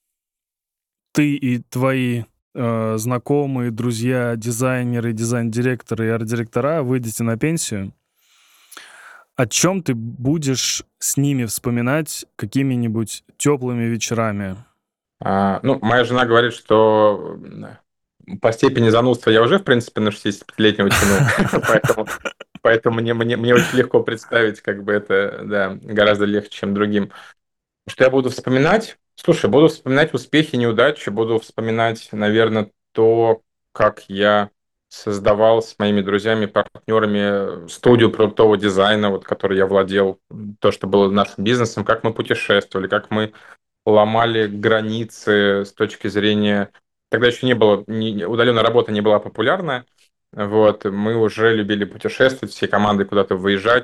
ты и твои э, знакомые, друзья, дизайнеры, дизайн-директоры и арт-директора выйдете на пенсию, о чем ты будешь с ними вспоминать какими-нибудь теплыми вечерами? А, ну, моя жена говорит, что м, по степени занудства я уже, в принципе, на шестидесятипятилетнего тяну, поэтому, поэтому мне, мне, мне очень легко представить, как бы это, да, гораздо легче, чем другим. Что я буду вспоминать? Слушай, буду вспоминать успехи, неудачи, буду вспоминать, наверное, то, как я создавал с моими друзьями, партнерами студию продуктового дизайна, вот, которой я владел, то, что было нашим бизнесом, как мы путешествовали, как мы ломали границы с точки зрения... Тогда еще не было, не, удаленная работа не была популярна, вот, мы уже любили путешествовать, всей командой куда-то выезжать,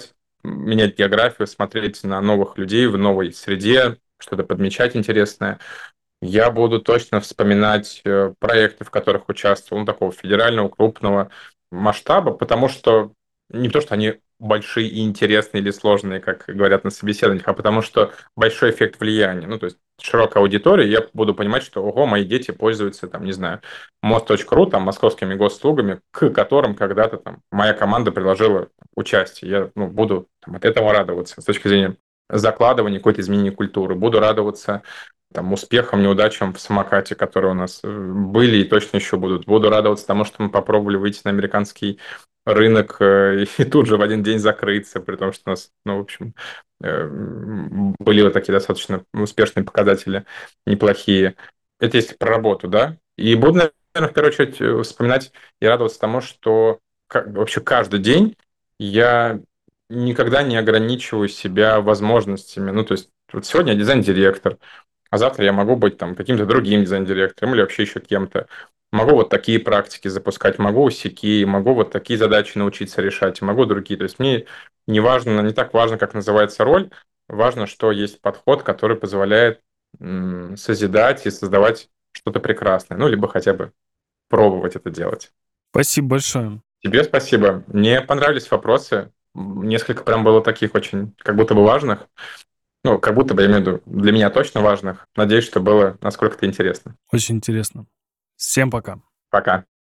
менять географию, смотреть на новых людей в новой среде, что-то подмечать интересное. Я буду точно вспоминать э, проекты, в которых участвовал, ну, такого федерального, крупного масштаба, потому что не то, что они большие и интересные или сложные, как говорят на собеседованиях, а потому что большой эффект влияния. Ну, то есть широкая аудитория, я буду понимать, что, ого, мои дети пользуются, там, не знаю, мост точка ру, там, московскими госуслугами, к которым когда-то там моя команда приложила участие. Я, ну, буду там, от этого радоваться с точки зрения закладывания какой-то изменения культуры. Буду радоваться там, успехам, неудачам в самокате, которые у нас э, были и точно еще будут. Буду радоваться тому, что мы попробовали выйти на американский рынок э, и тут же в один день закрыться, при том, что у нас, ну, в общем, э, были вот такие достаточно успешные показатели, неплохие. Это если про работу, да? И буду, наверное, в первую очередь э, вспоминать и радоваться тому, что как- вообще каждый день я никогда не ограничиваю себя возможностями. Ну, то есть вот сегодня я дизайн-директор, а завтра я могу быть там каким-то другим дизайн-директором или вообще еще кем-то. Могу вот такие практики запускать, могу сякие, могу вот такие задачи научиться решать, могу другие. То есть мне не важно, не так важно, как называется роль, важно, что есть подход, который позволяет м, созидать и создавать что-то прекрасное, ну, либо хотя бы пробовать это делать. Спасибо большое. Тебе спасибо. Мне понравились вопросы. М, Несколько прям было таких очень, как будто бы важных. Ну, как будто бы, я имею в виду, для меня точно важных. Надеюсь, что было насколько-то интересно. Очень интересно. Всем пока. Пока.